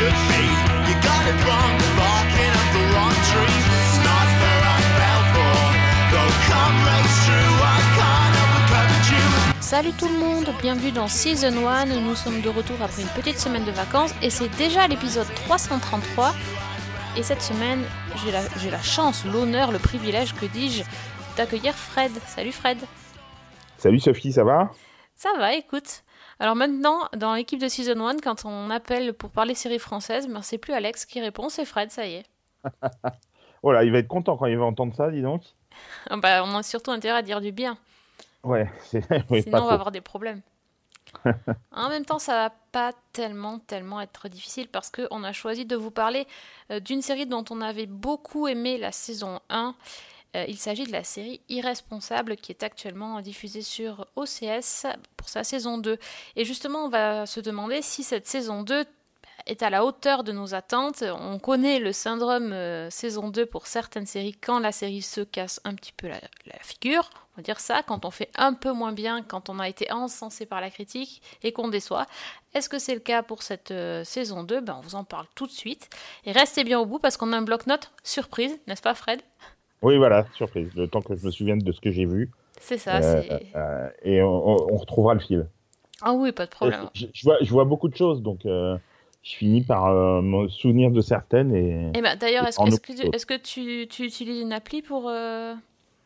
should be. You got it wrong, barking up the wrong tree. It's not where I fell for. Though comrades true, I can't help but covet you. Salut tout le monde, bienvenue dans Season 1, nous sommes de retour après une petite semaine de vacances et c'est déjà l'épisode 333 et cette semaine j'ai la chance, l'honneur, le privilège, que dis-je, d'accueillir Fred. Salut Fred. Salut Sophie, ça va ? Ça va, écoute. Alors maintenant, dans l'équipe de Season 1, quand on appelle pour parler séries françaises, ben c'est plus Alex qui répond, c'est Fred, ça y est. Voilà, il va être content quand il va entendre ça, dis donc. Bah, on a surtout intérêt à dire du bien. Ouais, oui, Sinon pas on va trop. avoir des problèmes. En même temps, ça va pas tellement être difficile parce qu'on a choisi de vous parler d'une série dont on avait beaucoup aimé la saison 1. Il s'agit de la série Irresponsable qui est actuellement diffusée sur OCS pour sa saison 2. Et justement, on va se demander si cette saison 2 est à la hauteur de nos attentes. On connaît le syndrome saison 2 pour certaines séries quand la série se casse un petit peu la figure, on va dire ça, quand on fait un peu moins bien, quand on a été encensé par la critique et qu'on déçoit. Est-ce que c'est le cas pour cette saison 2 ? On vous en parle tout de suite. Et restez bien au bout parce qu'on a un bloc-notes surprise, n'est-ce pas Fred ? Oui, voilà, surprise, le temps que je me souvienne de ce que j'ai vu. C'est ça, Et on retrouvera le fil. Ah oui, pas de problème. Je vois beaucoup de choses, donc je finis par me souvenir de certaines. Et d'ailleurs, est-ce en que tu utilises une appli pour noter ?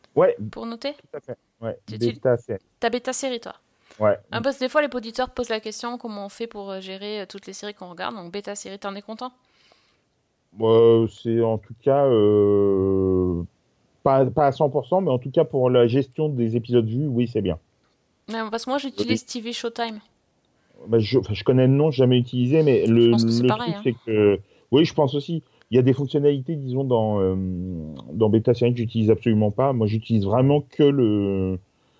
Tout à fait. Ouais, Tu- T'as Beta Série, toi ? Ouais. Parce que des fois, les auditeurs posent la question comment on fait pour gérer toutes les séries qu'on regarde. Donc, Beta Série, t'en es content ? C'est en tout cas pas à 100%, mais en tout cas pour la gestion des épisodes vus, oui, c'est bien. Non, parce que moi, j'utilise TV Showtime. Je connais le nom, je n'ai jamais utilisé, mais Je pense que c'est le pareil, truc, c'est que... Oui, je pense aussi. Il y a des fonctionnalités, disons, dans Beta Série que j'utilise absolument pas. Moi, j'utilise vraiment que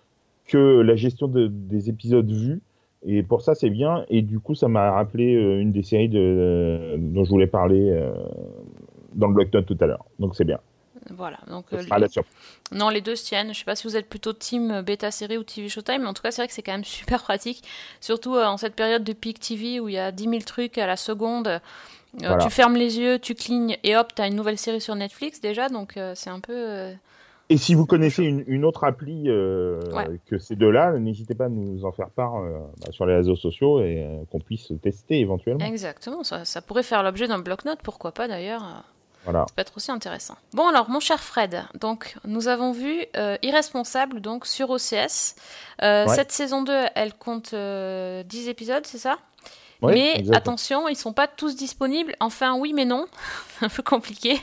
la gestion des épisodes vus. Et pour ça, c'est bien. Et du coup, ça m'a rappelé une des séries dont je voulais parler dans le bloc-notes tout à l'heure. Donc, c'est bien. Voilà. Donc, Ça sera la surprise. Non, les deux se tiennent. Je sais pas si vous êtes plutôt team Beta Série ou TV Showtime, mais en tout cas, c'est vrai que c'est quand même super pratique. Surtout en cette période de Peak TV où il y a 10 000 trucs à la seconde. Voilà. Tu fermes les yeux, tu clignes et hop, t'as une nouvelle série sur Netflix déjà. Donc, c'est un peu... Et si vous connaissez une autre appli que ces deux-là, n'hésitez pas à nous en faire part sur les réseaux sociaux et qu'on puisse tester éventuellement. Exactement, ça pourrait faire l'objet d'un bloc-notes, pourquoi pas d'ailleurs. Voilà. Ça peut être aussi intéressant. Bon alors, mon cher Fred, donc nous avons vu Irresponsable donc sur OCS. Cette saison 2, elle compte 10 épisodes, c'est ça ? Ouais, mais exactement. attention, ils sont pas tous disponibles. Enfin, oui, mais non. C'est un peu compliqué.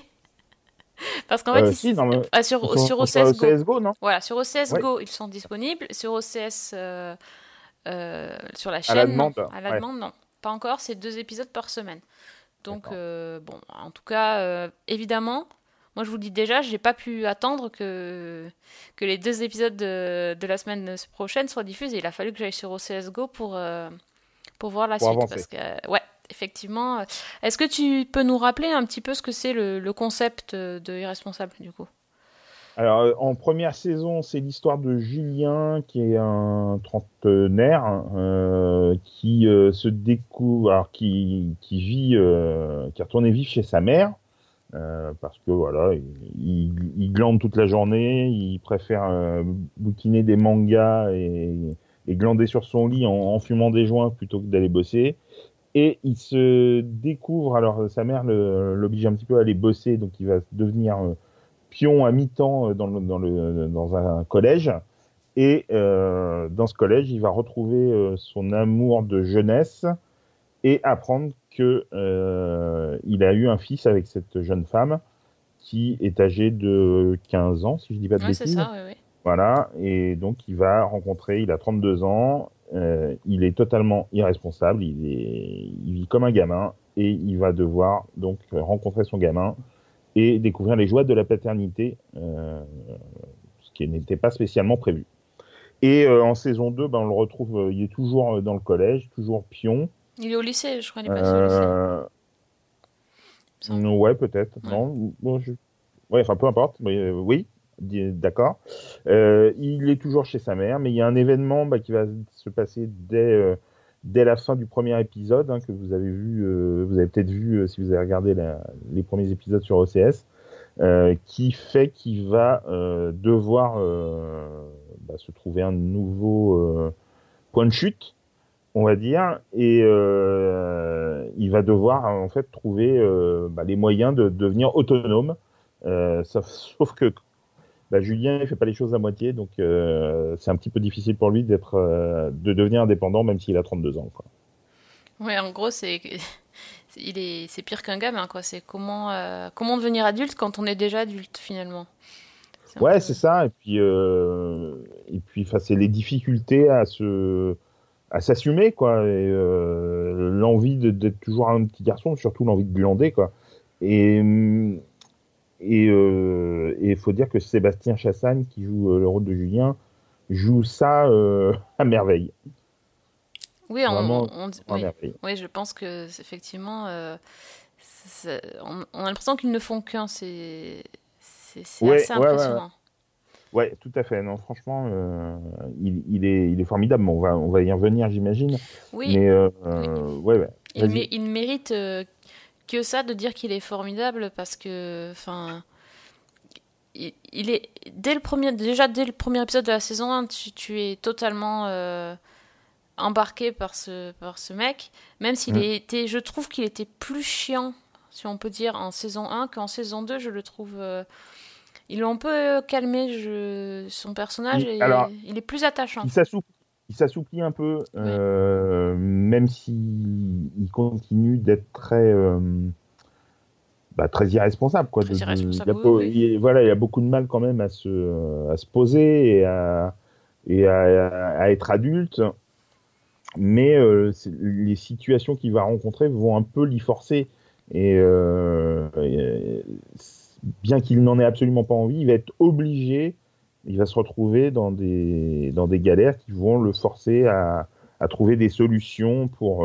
Parce qu'en fait, sur OCS Go, non ? Voilà, sur OCS Go, ils sont disponibles. Sur OCS, sur la chaîne, à la demande, non. À la demande, non. Pas encore, c'est 2 épisodes par semaine. Donc, en tout cas, évidemment, moi je vous dis déjà, j'ai pas pu attendre que les 2 épisodes de la semaine prochaine soient diffusés. Il a fallu que j'aille sur OCS Go pour voir la suite. Avancer. Parce que, ouais, effectivement. Est-ce que tu peux nous rappeler un petit peu ce que c'est le concept de Irresponsable, du coup ? Alors, en première saison, c'est l'histoire de Julien, qui est un trentenaire, qui se découvre, alors qui vit, qui est retourné vivre chez sa mère, parce que voilà, il glande toute la journée, il préfère bouquiner des mangas et glander sur son lit en fumant des joints plutôt que d'aller bosser. Et il se découvre, alors sa mère l'oblige un petit peu à aller bosser, donc il va devenir pion à mi-temps dans un collège. Et dans ce collège, il va retrouver son amour de jeunesse et apprendre que il a eu un fils avec cette jeune femme qui est âgée de 15 ans, si je dis pas de bêtises. C'est ça, oui. Voilà, et donc il a 32 ans, il est totalement irresponsable, il vit comme un gamin, et il va devoir donc rencontrer son gamin et découvrir les joies de la paternité, ce qui n'était pas spécialement prévu. Et en saison 2, on le retrouve, il est toujours dans le collège, toujours pion. Il est au lycée, je crois, il est passé au lycée. Ouais, peut-être, Ouais. non, ouais, enfin peu importe, mais oui. D'accord. Il est toujours chez sa mère, mais il y a un événement qui va se passer dès dès la fin du premier épisode, hein, que vous avez vu, vous avez peut-être vu si vous avez regardé les premiers épisodes sur OCS, qui fait qu'il va devoir se trouver un nouveau point de chute, on va dire, et il va devoir en fait trouver les moyens de devenir autonome. Sauf que Julien il fait pas les choses à moitié, donc c'est un petit peu difficile pour lui de devenir indépendant, même s'il a 32 ans, quoi. Ouais, en gros, c'est pire qu'un gamin, quoi. C'est comment devenir adulte quand on est déjà adulte, finalement. Ouais, c'est ça. Et puis, c'est les difficultés à s'assumer, quoi. Et l'envie d'être toujours un petit garçon, surtout l'envie de glander, quoi. Et il faut dire que Sébastien Chassagne, qui joue le rôle de Julien, joue ça à merveille. Oui, Vraiment à merveille. Oui, je pense que effectivement, on a l'impression qu'ils ne font qu'un. C'est assez impressionnant. Ouais, tout à fait. Non, franchement, il est formidable. On va y revenir, j'imagine. Oui. Mais ouais. Il mérite que ça de dire qu'il est formidable parce que, enfin, il est dès le premier épisode de la saison 1, tu es totalement embarqué par ce mec, même s'il était, je trouve qu'il était plus chiant, si on peut dire, en saison 1 qu'en saison 2. Je le trouve ils l'ont un peu calmé, son personnage, il est plus attachant. Il s'assouplit un peu, même s'il continue d'être très irresponsable, quoi. Très irresponsable, il a beaucoup de mal quand même à se poser et à être adulte. Mais les situations qu'il va rencontrer vont un peu l'y forcer. Et bien qu'il n'en ait absolument pas envie, il va être obligé, il va se retrouver dans des galères qui vont le forcer à trouver des solutions pour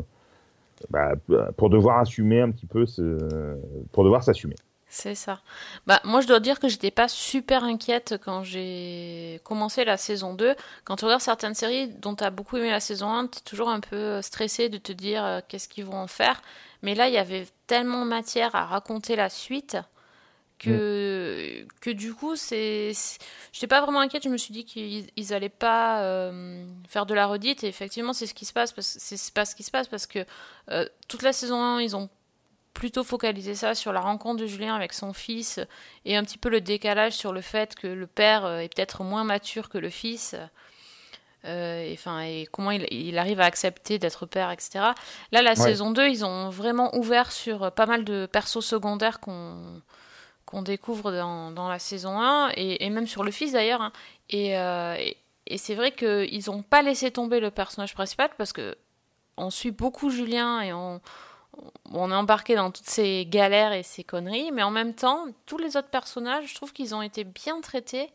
devoir assumer un petit peu, pour devoir s'assumer. C'est ça. Moi, je dois dire que j'étais pas super inquiète quand j'ai commencé la saison 2. Quand tu regardes certaines séries dont tu as beaucoup aimé la saison 1, tu es toujours un peu stressé de te dire qu'est-ce qu'ils vont en faire. Mais là, il y avait tellement matière à raconter la suite que du coup, j'étais pas vraiment inquiète. Je me suis dit qu'ils allaient pas faire de la redite. Et effectivement, c'est ce qui se passe. C'est pas ce qui se passe parce que toute la saison 1, ils ont plutôt focaliser ça sur la rencontre de Julien avec son fils et un petit peu le décalage sur le fait que le père est peut-être moins mature que le fils et comment il arrive à accepter d'être père, etc. Là, la saison 2, ils ont vraiment ouvert sur pas mal de persos secondaires qu'on découvre dans la saison 1 et même sur le fils d'ailleurs, hein. Et c'est vrai qu'ils n'ont pas laissé tomber le personnage principal parce que on suit beaucoup Julien et on est embarqué dans toutes ces galères et ces conneries, mais en même temps, tous les autres personnages, je trouve qu'ils ont été bien traités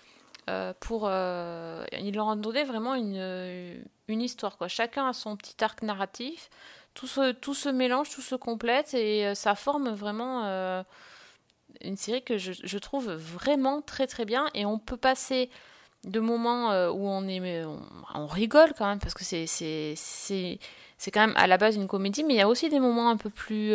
ils leur ont donné vraiment une histoire, quoi. Chacun a son petit arc narratif, tout se mélange, tout se complète, et ça forme vraiment une série que je trouve vraiment très très bien, et on peut passer de moments où on rigole quand même, parce que c'est quand même à la base une comédie, mais il y a aussi des moments un peu plus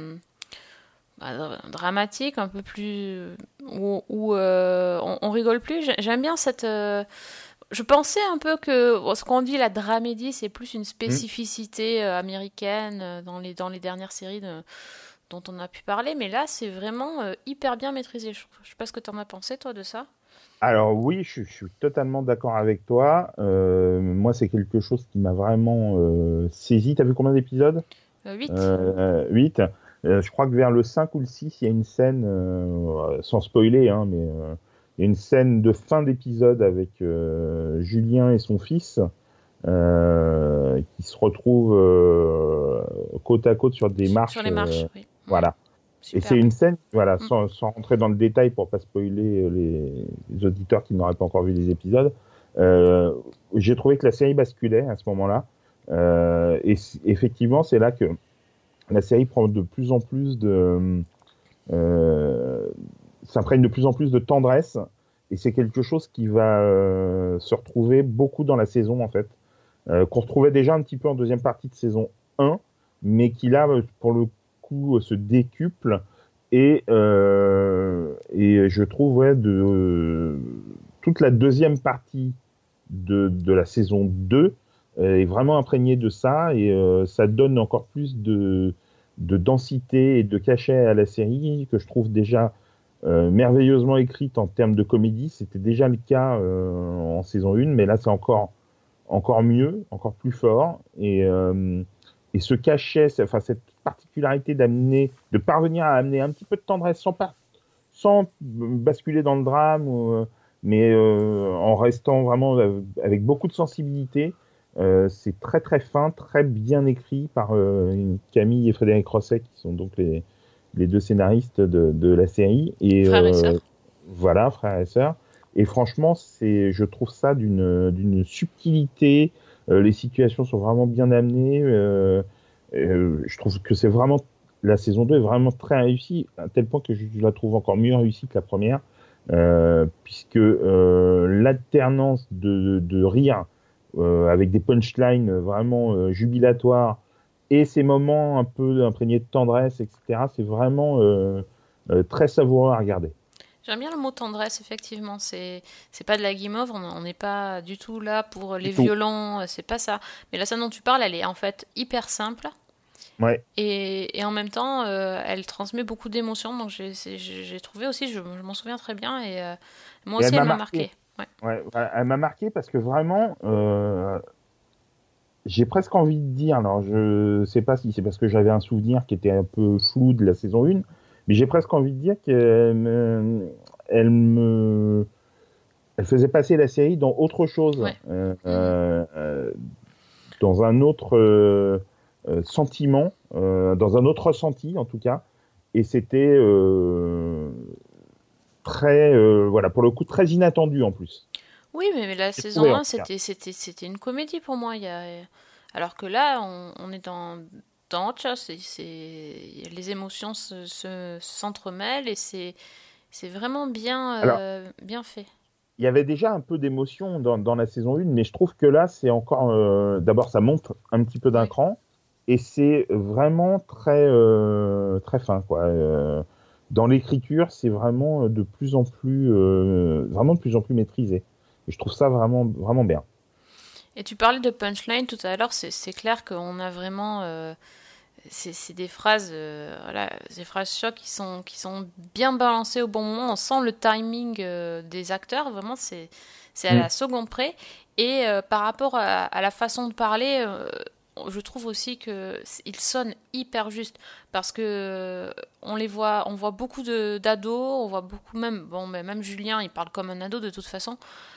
dramatiques, un peu plus où on rigole plus. J'aime bien cette... je pensais un peu que ce qu'on dit la dramédie, c'est plus une spécificité américaine dans les dernières séries dont on a pu parler, mais là c'est vraiment hyper bien maîtrisé. Je sais pas ce que tu en as pensé toi de ça. Alors oui, je suis totalement d'accord avec toi. Moi, c'est quelque chose qui m'a vraiment saisi. T'as vu combien d'épisodes ? 8. 8. Je crois que vers le 5 ou le 6, il y a une scène, sans spoiler, hein, mais il y a une scène de fin d'épisode avec Julien et son fils qui se retrouvent côte à côte sur des marches. Sur les marches, oui. Voilà. Super. Et c'est une scène, voilà, sans rentrer dans le détail pour pas spoiler les auditeurs qui n'auraient pas encore vu les épisodes, j'ai trouvé que la série basculait à ce moment-là. Et effectivement, c'est là que la série prend de plus en plus s'imprègne de plus en plus de tendresse. Et c'est quelque chose qui va se retrouver beaucoup dans la saison, en fait. qu'on retrouvait déjà un petit peu en deuxième partie de saison 1, mais qui là, pour le coup, se décuple. Et je trouve toute la deuxième partie de la saison 2 est vraiment imprégnée de ça, et ça donne encore plus de densité et de cachet à la série, que je trouve déjà merveilleusement écrite en termes de comédie. C'était déjà le cas en saison 1, mais là c'est encore mieux, encore plus fort. Et ce cachet, cette particularité de parvenir à amener un petit peu de tendresse sans basculer dans le drame, mais en restant vraiment avec beaucoup de sensibilité. C'est très très fin, très bien écrit par Camille et Frédéric Rosset, qui sont donc les deux scénaristes de la série. Et frères et sœurs. Voilà, frères et sœurs. Et franchement, je trouve ça d'une subtilité. Les situations sont vraiment bien amenées. Je trouve que la saison 2 est vraiment très réussie, à tel point que je la trouve encore mieux réussie que la première, puisque l'alternance de rire avec des punchlines vraiment jubilatoires, et ces moments un peu imprégnés de tendresse, etc., c'est vraiment très savoureux à regarder. J'aime bien le mot tendresse, effectivement. C'est pas de la guimauve, on n'est pas du tout là pour les tout. violents, c'est pas ça. Mais la scène dont tu parles, elle est en fait hyper simple. Ouais. Et en même temps, elle transmet beaucoup d'émotions. Donc j'ai trouvé aussi, je m'en souviens très bien. Et moi aussi, elle m'a marqué. Ouais, elle m'a marqué parce que vraiment, j'ai presque envie de dire, alors je sais pas si c'est parce que j'avais un souvenir qui était un peu flou de la saison 1, mais j'ai presque envie de dire qu'elle faisait passer la série dans autre chose, Ouais. dans un autre sentiment, dans un autre ressenti en tout cas, et c'était très, voilà, pour le coup, très inattendu en plus. Oui, mais la J'ai saison trouvé, en 1, tout cas. c'était une comédie pour moi. Alors que là, on est dans autre chose. Les émotions s'entremêlent et c'est vraiment Alors, bien fait. il y avait déjà un peu d'émotion dans la saison 1, mais je trouve que là, c'est encore... d'abord, ça monte un petit peu d'un Oui. cran, et c'est vraiment très, très fin, quoi. Dans l'écriture, c'est vraiment de plus en plus maîtrisé. Et je trouve ça vraiment, vraiment bien. Et tu parlais de punchline tout à l'heure, c'est clair qu'on a vraiment... c'est des phrases, voilà, des phrases chocs qui sont bien balancées au bon moment. On sent le timing des acteurs, vraiment, c'est à la seconde près. Et par rapport à la façon de parler, je trouve aussi qu'ils sonnent hyper juste. Parce que on voit beaucoup d'ados, on voit beaucoup même Julien, il parle comme un ado de toute façon.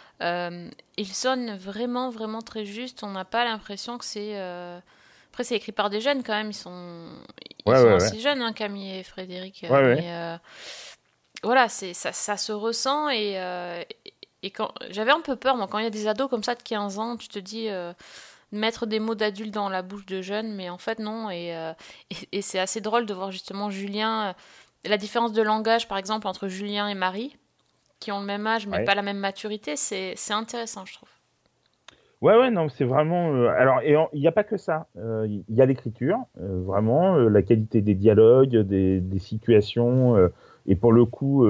Il sonne vraiment, vraiment très juste. On n'a pas l'impression que c'est... Après, c'est écrit par des jeunes quand même. Ils sont assez jeunes, hein, Camille et Frédéric. Mais voilà, ça se ressent. Et j'avais un peu peur, moi, quand il y a des ados comme ça de 15 ans, tu te dis mettre des mots d'adultes dans la bouche de jeunes. Mais en fait, non. Et c'est assez drôle de voir justement Julien. La différence de langage, par exemple, entre Julien et Marie, qui ont le même âge mais pas la même maturité, c'est intéressant, je trouve. Ouais, non, c'est vraiment... alors, il n'y a pas que ça. Il y a l'écriture, vraiment, la qualité des dialogues, des situations. Et pour le coup,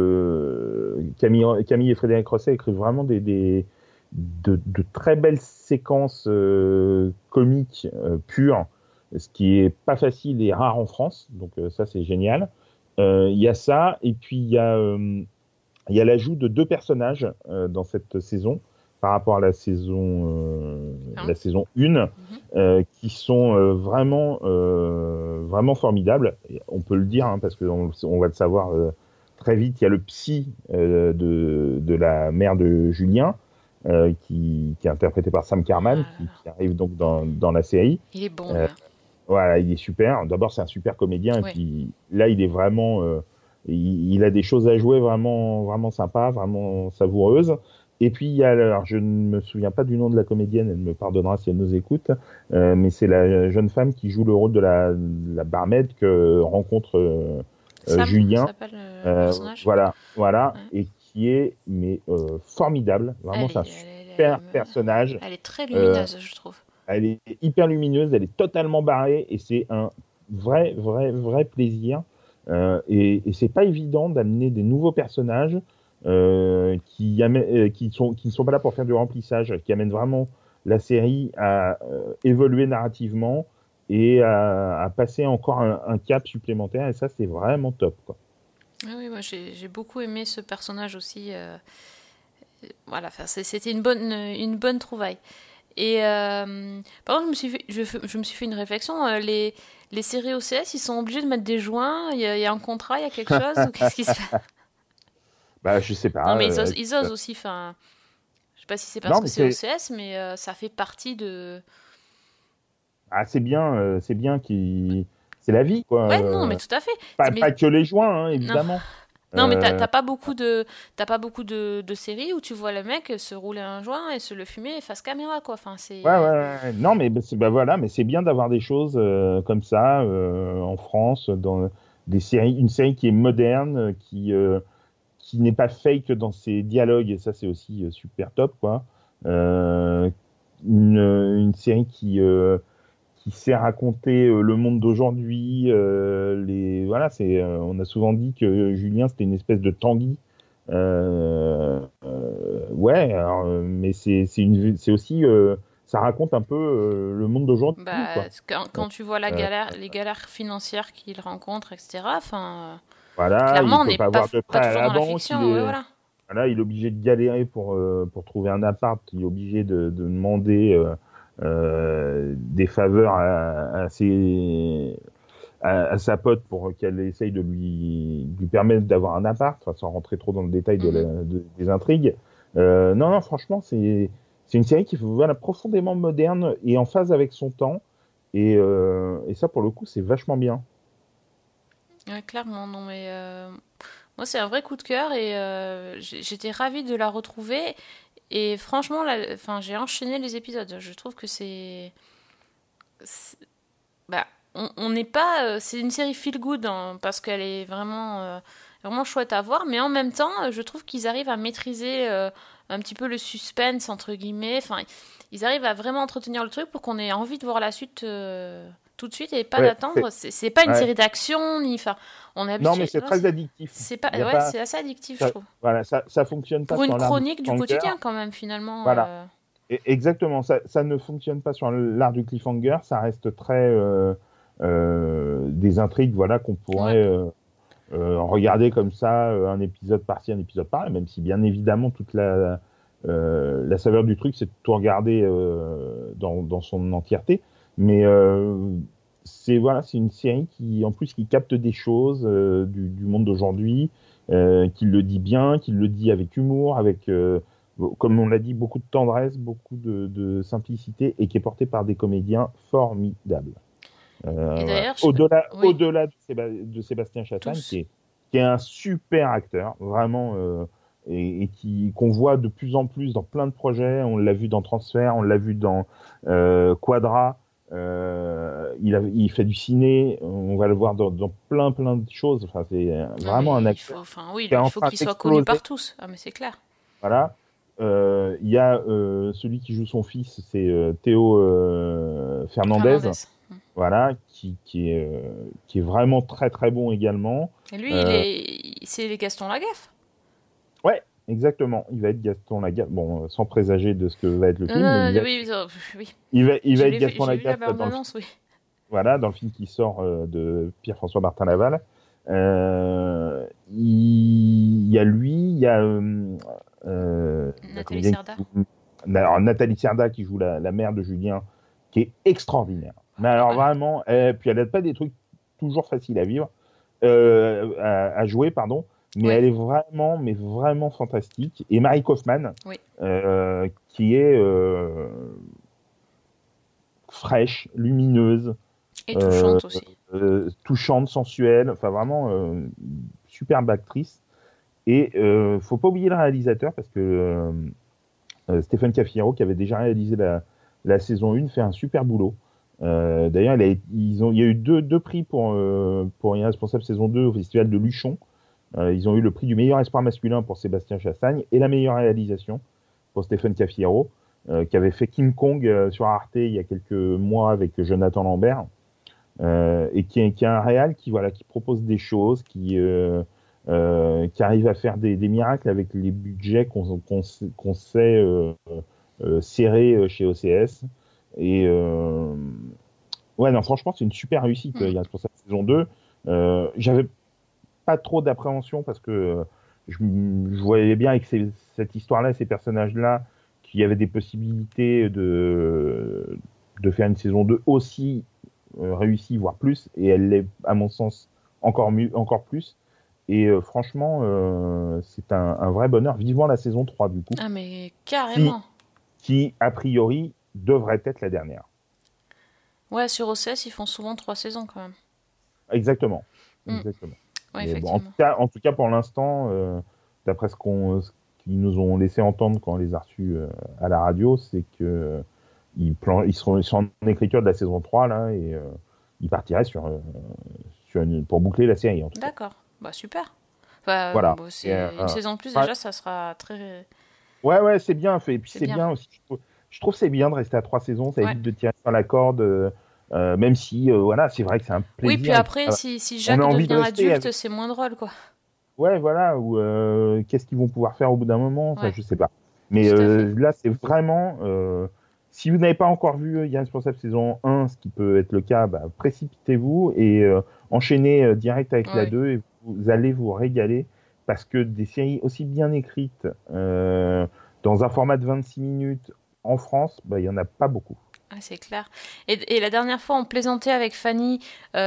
Camille et Frédéric Rosset écrivent vraiment de très belles séquences comiques pures, ce qui est pas facile et rare en France. Donc ça, c'est génial. Il y a ça, et puis il y a l'ajout de 2 personnages dans cette saison par rapport à la saison 1, qui sont vraiment formidables. Et on peut le dire, hein, parce qu'on va le savoir très vite. Il y a le psy de la mère de Julien, qui est interprété par Sam Carman, qui arrive donc dans la série. Il est bon, là. Voilà, il est super. D'abord, c'est un super comédien, et puis là, il est vraiment... il a des choses à jouer vraiment, vraiment sympas, vraiment savoureuses. Et puis, alors, je ne me souviens pas du nom de la comédienne, elle me pardonnera si elle nous écoute, mais c'est la jeune femme qui joue le rôle de la barmaid que rencontre Julien. S'appelle le personnage. Voilà, et qui est formidable. Vraiment, super personnage. Elle est très lumineuse, je trouve. Elle est hyper lumineuse, elle est totalement barrée et c'est un vrai plaisir. Et c'est pas évident d'amener des nouveaux personnages qui ne sont pas là pour faire du remplissage, qui amènent vraiment la série à évoluer narrativement et à passer encore un cap supplémentaire. Et ça, c'est vraiment top, quoi. Ah oui, moi j'ai beaucoup aimé ce personnage aussi. Voilà, c'était une bonne trouvaille. Et par contre, je me suis fait une réflexion. Les séries OCS, ils sont obligés de mettre des joints. Il y a un contrat, il y a quelque chose ou qu'est-ce qui se passe? Bah, je sais pas. Non, mais ils osent aussi. Enfin, je sais pas si c'est parce que c'est OCS, mais ça fait partie de. Ah, c'est bien c'est la vie, quoi. Ouais, non, mais tout à fait. Pas que les joints, hein, évidemment. Non, mais t'as pas beaucoup de séries où tu vois le mec se rouler un joint et se le fumer face caméra, quoi. Enfin, c'est. Ouais. Non, mais voilà, mais c'est bien d'avoir des choses comme ça en France, dans des séries, une série qui est moderne, qui n'est pas fake dans ses dialogues, et ça c'est aussi super top, quoi. Une série qui sait raconter le monde d'aujourd'hui. On a souvent dit que Julien c'était une espèce de Tanguy. Mais c'est aussi ça raconte un peu le monde d'aujourd'hui. Bah, quand tu vois les galères financières qu'il rencontre, etc. Enfin, voilà, clairement, on n'est pas toujours dans la fiction. Voilà, il est obligé de galérer pour trouver un appart. Il est obligé de demander des faveurs à sa pote pour qu'elle essaye de lui permettre d'avoir un appart, sans rentrer trop dans le détail des intrigues. Non, franchement, c'est une série qui est profondément moderne et en phase avec son temps. Et ça, pour le coup, c'est vachement bien. Ouais, clairement, non, mais moi, c'est un vrai coup de cœur et j'étais ravie de la retrouver. Et franchement, j'ai enchaîné les épisodes. Je trouve que on n'est pas. C'est une série feel good parce qu'elle est vraiment chouette à voir, mais en même temps, je trouve qu'ils arrivent à maîtriser un petit peu le suspense entre guillemets. Enfin, ils arrivent à vraiment entretenir le truc pour qu'on ait envie de voir la suite tout de suite et pas d'attendre. C'est pas une série d'action ni. Enfin, on est habitué. Non, mais c'est très addictif. C'est assez addictif, je trouve. Voilà, ça fonctionne pas pour une chronique du quotidien quand même finalement. Voilà. Exactement, ça ne fonctionne pas sur l'art du cliffhanger. Ça reste très des intrigues, voilà, qu'on pourrait regarder comme ça, un épisode par-ci, un épisode par-là, même si bien évidemment toute la saveur du truc, c'est de tout regarder dans son entièreté. Mais c'est une série qui capte des choses du monde d'aujourd'hui, qui le dit bien, qui le dit avec humour, avec comme on l'a dit, beaucoup de tendresse, beaucoup de simplicité, et qui est portée par des comédiens formidables. Et d'ailleurs, au-delà de Sébastien Chassagne, qui est un super acteur, vraiment, et qu'on voit de plus en plus dans plein de projets. On l'a vu dans Transfert, on l'a vu dans Quadra. Il fait du ciné, on va le voir dans plein de choses. Enfin, c'est vraiment un acteur. Il faut qu'il soit connu par tous. Ah, mais c'est clair. Voilà. Il y a celui qui joue son fils, c'est Théo Fernandez. Voilà, qui est vraiment très très bon également. Et lui, c'est Gaston Lagaffe. Ouais, exactement. Il va être Gaston Lagaffe. Bon, sans présager de ce que va être le film. Oui. Il va être Gaston Lagaffe dans le film qui sort de Pierre-François Martin Laval. Il y a lui, il y a Nathalie Serda. Alors, Nathalie Serda qui joue la mère de Julien, qui est extraordinaire. Mais alors vraiment, puis elle n'a pas des trucs toujours faciles à jouer, pardon. Mais elle est vraiment fantastique. Et Marie Kaufmann, qui est fraîche, lumineuse. Et touchante aussi. Touchante, sensuelle. Enfin, vraiment, superbe actrice. Et faut pas oublier le réalisateur, parce que Stéphane Cafiero, qui avait déjà réalisé la saison 1, fait un super boulot. D'ailleurs, il y a eu deux prix pour Irresponsable saison 2 au Festival de Luchon. Ils ont eu le prix du meilleur espoir masculin pour Sébastien Chassagne et la meilleure réalisation pour Stéphane Cafiero, qui avait fait King Kong sur Arte il y a quelques mois avec Jonathan Lambert, et qui est un réal qui propose des choses, qui arrive à faire des miracles avec les budgets qu'on sait serrés chez OCS. Et ouais, non, franchement, c'est une super réussite. Il y a pour cette saison 2. J'avais pas trop d'appréhension parce que je voyais bien avec cette histoire-là, ces personnages-là, qu'il y avait des possibilités de faire une saison 2 aussi réussie, voire plus. Et elle l'est, à mon sens, encore plus. Et franchement, c'est un vrai bonheur. Vivement la saison 3, du coup. Ah, mais carrément. Qui, a priori, devrait être la dernière. Ouais, sur OCS, ils font souvent 3 saisons, quand même. Exactement. Ouais, Bon, effectivement. en tout cas, pour l'instant, d'après ce qu'ils nous ont laissé entendre quand on les a reçus à la radio, c'est que ils sont en écriture de la saison 3, là, et ils partiraient pour boucler la série, en tout cas. D'accord. Bah, super. Enfin, voilà. C'est une saison de plus, déjà, ça sera très... Ouais, c'est bien fait. Et puis c'est bien aussi. Je trouve que c'est bien de rester à 3 saisons, ça évite de tirer sur la corde, même si, voilà, c'est vrai que c'est un plaisir. Oui, puis après, si Jacques devient adulte, c'est moins drôle, quoi. Ouais, voilà, ou qu'est-ce qu'ils vont pouvoir faire au bout d'un moment, enfin, je sais pas. Mais là, c'est vraiment... si vous n'avez pas encore vu Irresponsable saison 1, ce qui peut être le cas, précipitez-vous et enchaînez direct avec la 2 et vous allez vous régaler parce que des séries aussi bien écrites dans un format de 26 minutes en France, il y en a pas beaucoup. Ah, c'est clair. Et la dernière fois, on plaisantait avec Fanny,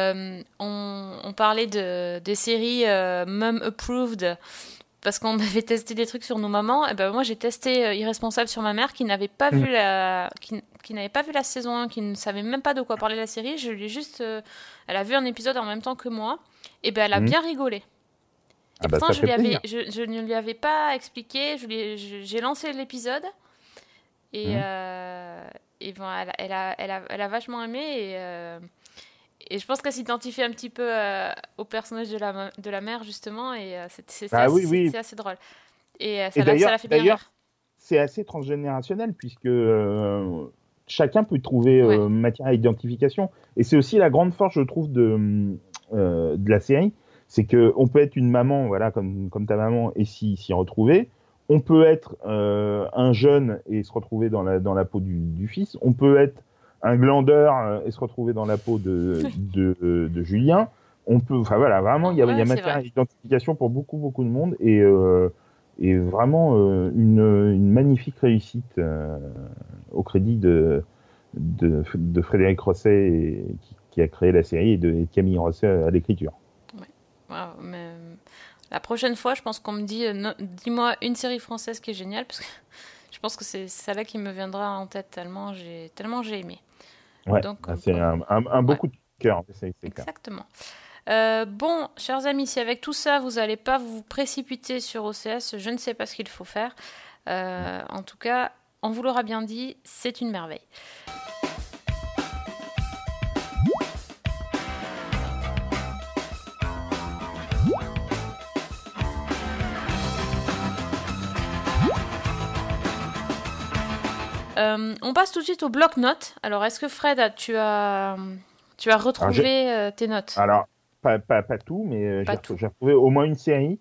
on parlait des séries Mum Approved, parce qu'on avait testé des trucs sur nos mamans. Et ben moi, j'ai testé Irresponsable sur ma mère, qui n'avait pas vu qui n'avait pas vu la saison 1, qui ne savait même pas de quoi parlait la série. Je lui ai juste... elle a vu un épisode en même temps que moi, et ben elle a bien rigolé. Et pourtant, je ne lui avais pas expliqué, j'ai lancé l'épisode, et bon, elle a vachement aimé, et je pense qu'elle s'identifie un petit peu au personnage de la mère, justement, et c'est assez drôle. Et ça l'a fait bien rire. C'est assez transgénérationnel, puisque chacun peut trouver matière à identification. Et c'est aussi la grande force, je trouve, de la série. C'est qu'on peut être une maman, voilà, comme ta maman, et s'y retrouver. On peut être un jeune et se retrouver dans la peau du fils. On peut être un glandeur et se retrouver dans la peau de Julien. On peut, enfin voilà, vraiment, il y a matière à identification pour beaucoup, beaucoup de monde et vraiment une magnifique réussite au crédit de Frédéric Rosset qui a créé la série et de Camille Rosset à l'écriture. Wow, mais la prochaine fois, je pense qu'on me dit dis-moi une série française qui est géniale, parce que je pense que c'est celle-là qui me viendra en tête tellement j'ai aimé. Ouais, donc, c'est un beau coup de cœur. C'est exactement. Bon, chers amis, si avec tout ça, vous n'allez pas vous précipiter sur OCS, je ne sais pas ce qu'il faut faire. En tout cas, on vous l'aura bien dit, c'est une merveille. On passe tout de suite au bloc-notes. Alors, est-ce que Fred, tu as retrouvé tes notes? Alors, pas tout, mais j'ai retrouvé au moins une série.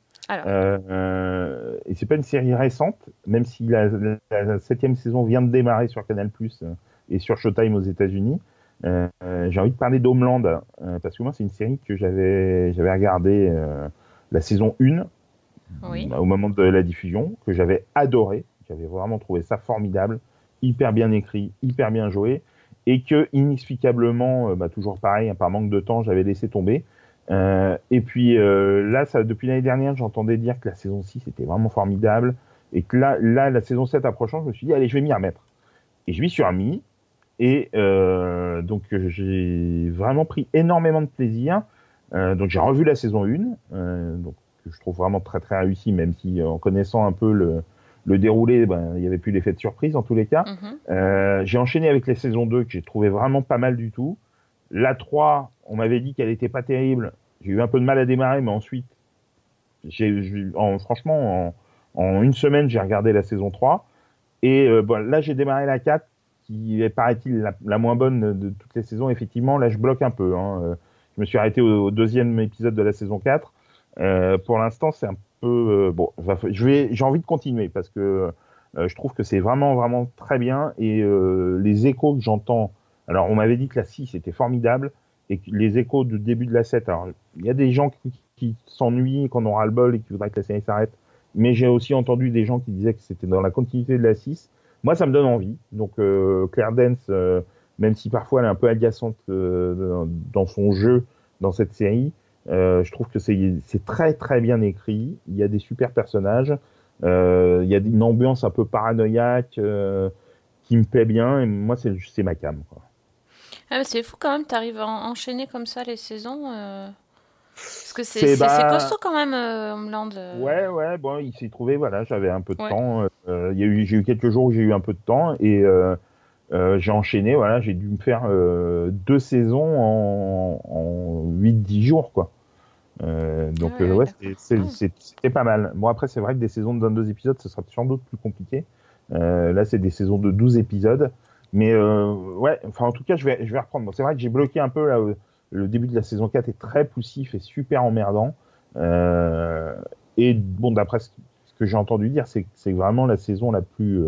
Et c'est pas une série récente, même si la 7e saison vient de démarrer sur Canal+ et sur Showtime aux États-Unis. J'ai envie de parler d'Homeland, parce que moi, c'est une série que j'avais regardé la saison 1 au moment de la diffusion, que j'avais adoré. J'avais vraiment trouvé ça formidable. Hyper bien écrit, hyper bien joué, et que inexplicablement, toujours pareil, par manque de temps, j'avais laissé tomber. Et puis là, depuis l'année dernière, j'entendais dire que la saison 6 était vraiment formidable, et que là, la saison 7 approchant, je me suis dit, allez, je vais m'y remettre. Et je m'y suis remis, et donc j'ai vraiment pris énormément de plaisir. Donc j'ai revu la saison 1, donc, que je trouve vraiment très très réussi, même si en connaissant un peu le déroulé, il n'y avait plus l'effet de surprise en tous les cas. J'ai enchaîné avec la saison 2 que j'ai trouvé vraiment pas mal du tout. La 3, on m'avait dit qu'elle était pas terrible. J'ai eu un peu de mal à démarrer, mais ensuite, franchement, en une semaine, j'ai regardé la saison 3. Et bon, là, j'ai démarré la 4, qui est, paraît-il, la moins bonne de toutes les saisons. Effectivement, là, je bloque un peu. Hein. Je me suis arrêté au deuxième épisode de la saison 4. Pour l'instant, c'est un peu... bon, j'ai envie de continuer parce que je trouve que c'est vraiment, vraiment très bien. Et les échos que j'entends... Alors, on m'avait dit que la 6 était formidable et que les échos du début de la 7... Alors, il y a des gens qui s'ennuient, qu'on aura le bol et qui voudraient que la série s'arrête. Mais j'ai aussi entendu des gens qui disaient que c'était dans la continuité de la 6. Moi, ça me donne envie. Donc, Claire Danes, même si parfois elle est un peu agaçante dans son jeu dans cette série, je trouve que c'est très, très bien écrit. Il y a des super personnages. Il y a une ambiance un peu paranoïaque qui me plaît bien. Et moi, c'est ma came, quoi. Ah, mais c'est fou quand même, t'arrives à enchaîner comme ça les saisons. Parce que c'est costaud quand même, Homeland. Ouais, bon, il s'est trouvé, voilà, j'avais un peu de Ouais. temps. J'ai eu quelques jours où j'ai eu un peu de temps et j'ai enchaîné, voilà, j'ai dû me faire 2 saisons en 8-10 jours, quoi. Donc, Ouais, ouais, d'accord. c'était pas mal. Bon, après, c'est vrai que des saisons de 22 épisodes, ce sera sans doute plus compliqué. Là, c'est des saisons de 12 épisodes. Mais ouais, enfin, en tout cas, je vais reprendre. Bon, c'est vrai que j'ai bloqué un peu là. Le début de la saison 4 est très poussif et super emmerdant. Et bon, d'après ce que j'ai entendu dire, c'est vraiment la saison la plus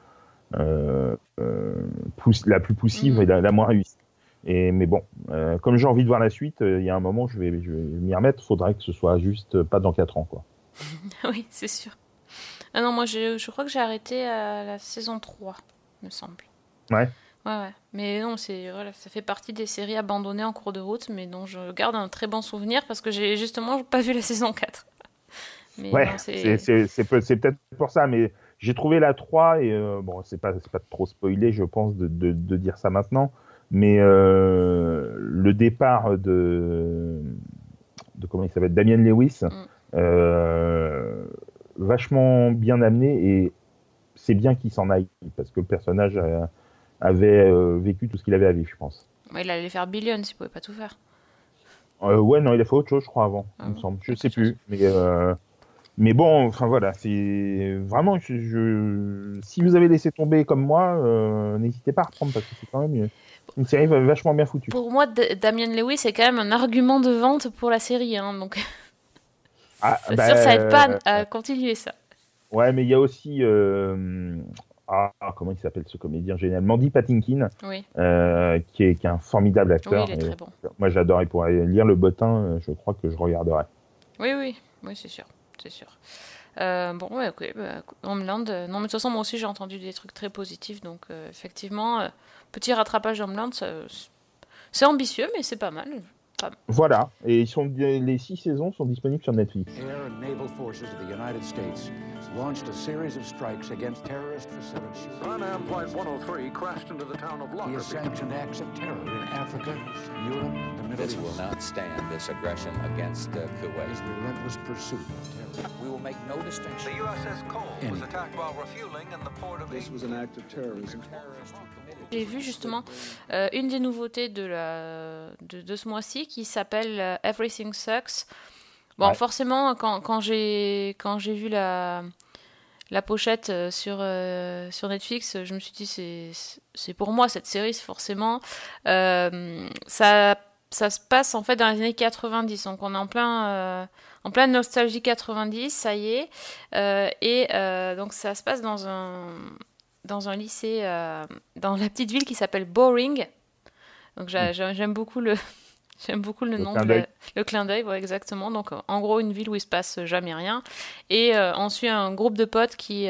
la plus poussive et la moins réussie. Mais bon, comme j'ai envie de voir la suite, il y a un moment, je vais m'y remettre. Faudrait que ce soit juste pas dans 4 ans, quoi. Oui, c'est sûr. Ah non, moi je crois que j'ai arrêté à la saison 3, me semble. Ouais. Ouais. Mais non, voilà, ça fait partie des séries abandonnées en cours de route, mais dont je garde un très bon souvenir parce que j'ai justement pas vu la saison 4. Mais Ouais, non, c'est peut-être pour ça, mais j'ai trouvé la 3 et bon, c'est pas trop spoilé, je pense, de dire ça maintenant, mais le départ de comment il s'appelle, Damian Lewis, vachement bien amené et c'est bien qu'il s'en aille parce que le personnage avait vécu tout ce qu'il avait à vivre, je pense. Ouais, il allait faire Billions, il pouvait pas tout faire. Ouais, non, il a fait autre chose, je crois, avant, Ah il me bon, semble. Je quelque sais chose. plus, mais bon, enfin voilà, c'est vraiment. Si vous avez laissé tomber comme moi, n'hésitez pas à reprendre parce que c'est quand même une série vachement bien foutue. Pour moi, Damien Lewis, c'est quand même un argument de vente pour la série, hein, donc Ah, c'est sûr, ça aide pas à continuer ça. ouais, mais il y a aussi. Comment il s'appelle ce comédien génial? Mandy Patinkin, Oui, qui est un formidable oui, acteur. il est très bon. Moi, j'adore. Il pourrait lire Le Bottin, je crois que je regarderai. Oui, c'est sûr, c'est sûr. Bon, ouais, ok, bah, Homeland. Non, mais de toute façon, moi aussi, j'ai entendu des trucs très positifs, donc effectivement, petit rattrapage d'Homeland, c'est ambitieux, mais c'est pas mal. Voilà, et les 6 saisons sont disponibles sur Netflix. Air and naval forces of the United States launched a series of strikes against terrorist facilities. Pan Am Flight 103 crashed into the town of He has Lockerbie. sanctioned acts of terror in Africa, Europe, the Middle This East. will not stand, this aggression against Kuwait. His relentless pursuit of terror. We will make no distinction. The USS Cole was attacked while refueling in the port of This was an act of terrorism. J'ai vu justement une des nouveautés de ce mois-ci qui s'appelle Everything Sucks. Bon, Ouais. forcément, quand j'ai vu la pochette sur Netflix, je me suis dit c'est pour moi cette série, forcément. Ça se passe en fait dans les années 90, donc on est en pleine nostalgie 90, ça y est. Donc ça se passe dans un lycée dans la petite ville qui s'appelle Boring. Donc j'aime beaucoup le nom clin d'œil. le clin d'œil, ouais, exactement. Donc en gros une ville où il se passe jamais rien. Et on suit un groupe de potes qui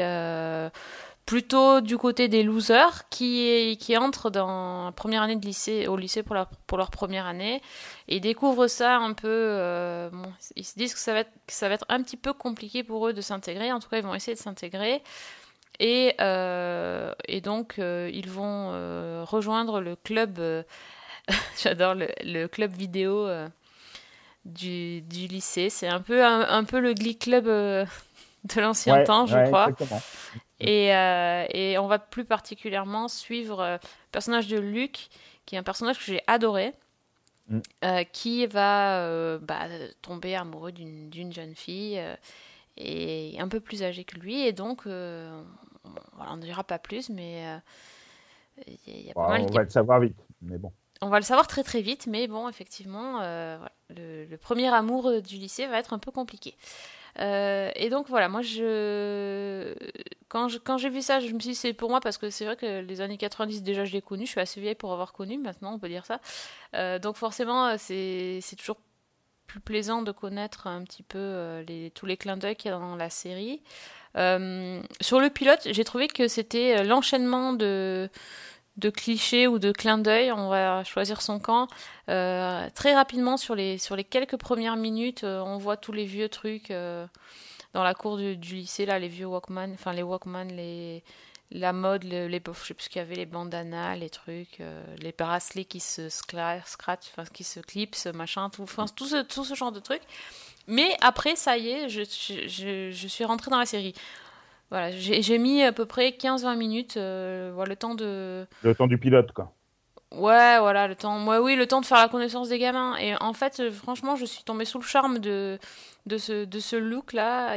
plutôt du côté des losers qui entrent dans la première année au lycée pour leur première année et découvrent ça un peu. Bon, ils se disent que ça va être un petit peu compliqué pour eux de s'intégrer. En tout cas, ils vont essayer de s'intégrer. Et donc, ils vont rejoindre le club, j'adore le club vidéo du lycée. C'est un peu le Glee Club de l'ancien temps, je crois. Exactement. Et on va plus particulièrement suivre le personnage de Luc, qui est un personnage que j'ai adoré, qui va tomber amoureux d'une jeune fille et un peu plus âgée que lui. Et donc, voilà, on ne dira pas plus, mais il y a pas Bon, mal. on va le savoir vite, mais bon. On va le savoir très très vite, mais bon, effectivement, voilà, le premier amour du lycée va être un peu compliqué. Et donc voilà, moi quand j'ai vu ça, je me suis dit c'est pour moi parce que c'est vrai que les années 90 déjà je l'ai connu, je suis assez vieille pour avoir connu maintenant, on peut dire ça. Donc forcément c'est toujours plus plaisant de connaître un petit peu tous les clins d'œil qu'il y a dans la série. Sur le pilote, j'ai trouvé que c'était l'enchaînement de clichés ou de clins d'œil, on va choisir son camp. Très rapidement, sur les quelques premières minutes, on voit tous les vieux trucs dans la cour du lycée, là, les vieux Walkman, enfin les Walkman, la mode, je sais plus ce qu'il y avait, les bandanas, les trucs, les bracelets qui se scratch, enfin qui se clipsent, machin, tout ce genre de trucs. Mais après, ça y est, je suis rentrée dans la série. Voilà, j'ai mis à peu près 15-20 minutes, voilà, le temps de... Le temps du pilote, quoi. Ouais, voilà, le temps de faire la connaissance des gamins. Et en fait, franchement, je suis tombée sous le charme de ce look-là.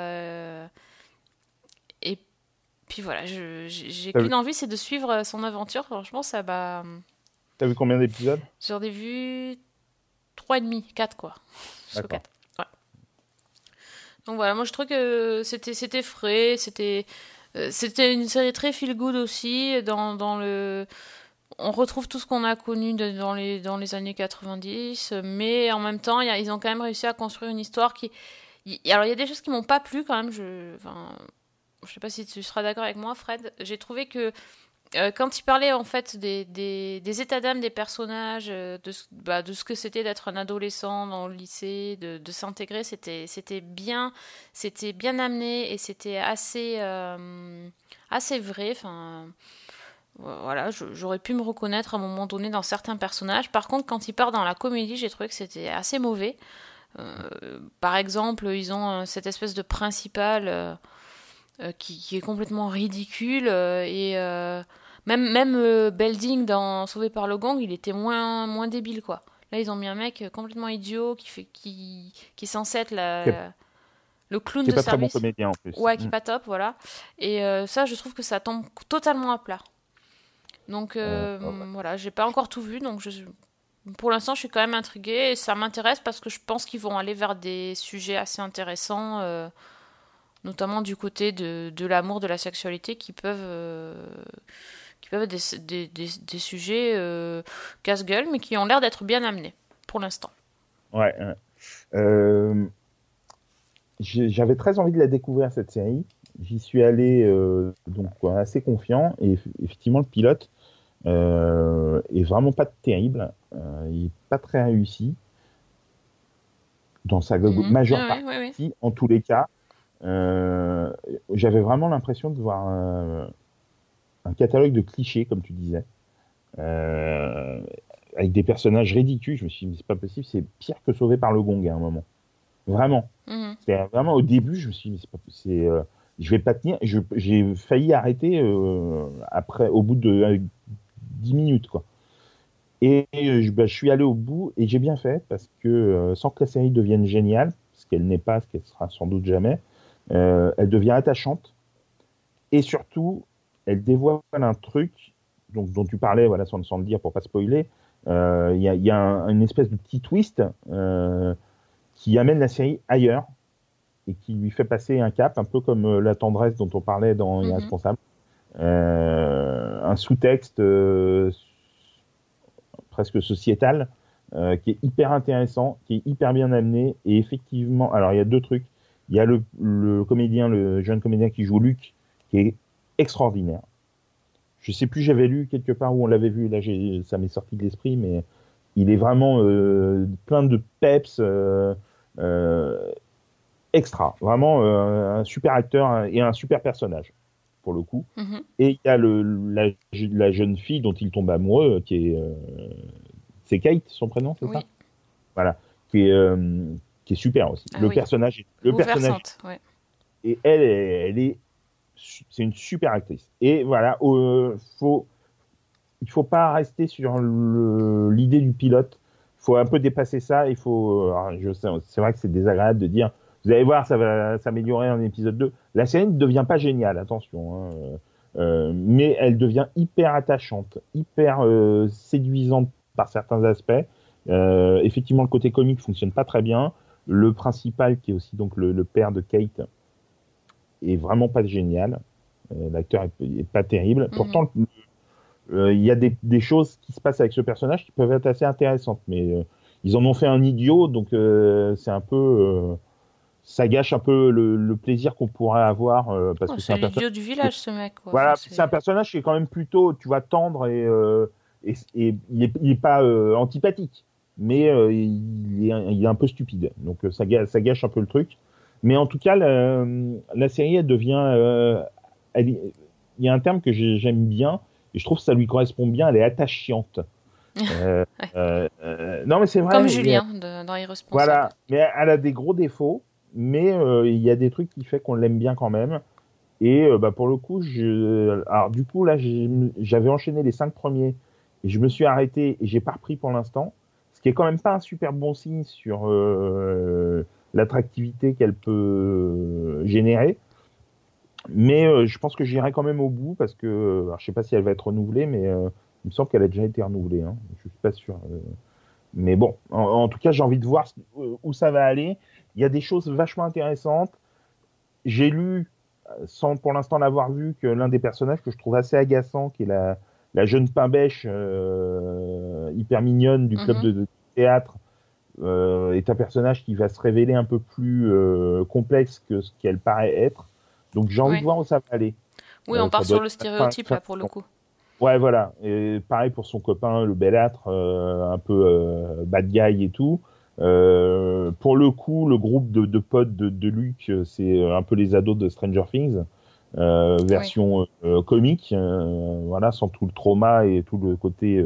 Et puis voilà, j'ai qu'une envie, c'est de suivre son aventure. Franchement, ça va... T'as vu combien d'épisodes? J'en ai vu 3,5, 4 quoi. Jusqu'au D'accord. 4. Ouais. Donc voilà, moi je trouve que c'était frais, c'était une série très feel good aussi. On retrouve tout ce qu'on a connu dans les années 90, mais en même temps, ils ont quand même réussi à construire une histoire qui... Alors il y a des choses qui m'ont pas plu quand même. Je sais pas si tu seras d'accord avec moi, Fred. J'ai trouvé que quand il parlait en fait des états d'âme des personnages, de ce que c'était d'être un adolescent dans le lycée, de s'intégrer, c'était bien amené et c'était assez vrai. Enfin, voilà, j'aurais pu me reconnaître à un moment donné dans certains personnages. Par contre, quand il part dans la comédie, j'ai trouvé que c'était assez mauvais. Par exemple, ils ont cette espèce de principal qui est complètement ridicule et même Belding dans Sauvé par le Gang, il était moins débile quoi. Là, ils ont mis un mec complètement idiot qui est censé être le clown C'est de pas très bon service. comédien en plus. Ouais, qui est pas top, voilà. Et ça, je trouve que ça tombe totalement à plat. Donc voilà, j'ai pas encore tout vu, donc pour l'instant, je suis quand même intriguée et ça m'intéresse parce que je pense qu'ils vont aller vers des sujets assez intéressants, notamment du côté de l'amour, de la sexualité, qui peuvent être des sujets casse-gueule, mais qui ont l'air d'être bien amenés pour l'instant. Ouais. J'avais très envie de la découvrir cette série. J'y suis allé donc assez confiant et effectivement le pilote est vraiment pas terrible. Il est pas très réussi dans sa majeure partie. Ouais. En tous les cas, j'avais vraiment l'impression de voir un catalogue de clichés, comme tu disais, avec des personnages ridicules. Je me suis dit, mais c'est pas possible, c'est pire que Sauvé par le Gong à un moment. Vraiment. C'est vraiment au début, je me suis dit, je vais pas tenir. J'ai failli arrêter au bout de 10 minutes, quoi. Et je suis allé au bout et j'ai bien fait parce que sans que la série devienne géniale, ce qu'elle n'est pas, ce qu'elle sera sans doute jamais, elle devient attachante et surtout, elle dévoile un truc dont tu parlais, voilà, sans le dire pour pas spoiler. Il y a une espèce de petit twist qui amène la série ailleurs et qui lui fait passer un cap, un peu comme la tendresse dont on parlait dans Irresponsable. Un sous-texte presque sociétal qui est hyper intéressant, qui est hyper bien amené et effectivement, alors il y a deux trucs. Il y a le jeune comédien qui joue Luc, qui est extraordinaire. Je sais plus, j'avais lu quelque part où on l'avait vu, là ça m'est sorti de l'esprit, mais il est vraiment plein de peps, extra. Vraiment un super acteur et un super personnage, pour le coup. Et il y a la jeune fille dont il tombe amoureux, qui est... c'est Kate, son prénom, c'est ça? Voilà. Qui est super aussi. Le personnage... Ouais. Et c'est une super actrice. Et voilà, il faut pas rester sur l'idée du pilote. Il faut un peu dépasser ça. C'est vrai que c'est désagréable de dire Vous allez voir, ça va s'améliorer en épisode 2. La série ne devient pas géniale, attention, hein, mais elle devient hyper attachante, hyper séduisante par certains aspects. Effectivement, le côté comique fonctionne pas très bien. Le principal, qui est aussi donc le père de Kate, est vraiment pas génial. L'acteur est pas terrible. Pourtant, il y a des choses qui se passent avec ce personnage qui peuvent être assez intéressantes, mais ils en ont fait un idiot, donc c'est un peu... ça gâche un peu le plaisir qu'on pourrait avoir parce que c'est l'idiot du village, ce mec. Quoi. Voilà, Enfin, c'est un personnage qui est quand même plutôt, tu vois, tendre et il est pas antipathique, mais il est un peu stupide. Donc ça gâche un peu le truc. Mais en tout cas, la série, elle devient... il y a un terme que j'aime bien, et je trouve que ça lui correspond bien, elle est attachante. Non, mais c'est vrai. Comme Julien dans Irresponsables. Voilà, mais elle a des gros défauts, mais il y a des trucs qui fait qu'on l'aime bien quand même. Et pour le coup, alors du coup là, j'avais enchaîné les 5 premiers et je me suis arrêté et j'ai pas repris pour l'instant, ce qui est quand même pas un super bon signe sur l'attractivité qu'elle peut générer. Mais je pense que j'irai quand même au bout parce que alors, je sais pas si elle va être renouvelée, mais il me semble qu'elle a déjà été renouvelée. Hein. Je suis pas sûr. Mais bon, en tout cas, j'ai envie de voir où ça va aller. Il y a des choses vachement intéressantes. J'ai lu, sans pour l'instant l'avoir vu, que l'un des personnages que je trouve assez agaçant, qui est la jeune pain-bêche hyper mignonne du club de théâtre, est un personnage qui va se révéler un peu plus complexe que ce qu'elle paraît être. Donc j'ai envie de voir où ça va aller. Oui, on part sur le stéréotype là pour le coup. Ouais, voilà. Et pareil pour son copain, le belâtre, un peu bad guy et tout. Pour le coup, le groupe de potes de Luke, c'est un peu les ados de Stranger Things, version comique, voilà, sans tout le trauma et tout le côté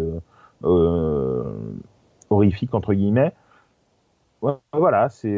horrifique entre guillemets. Ouais, voilà, c'est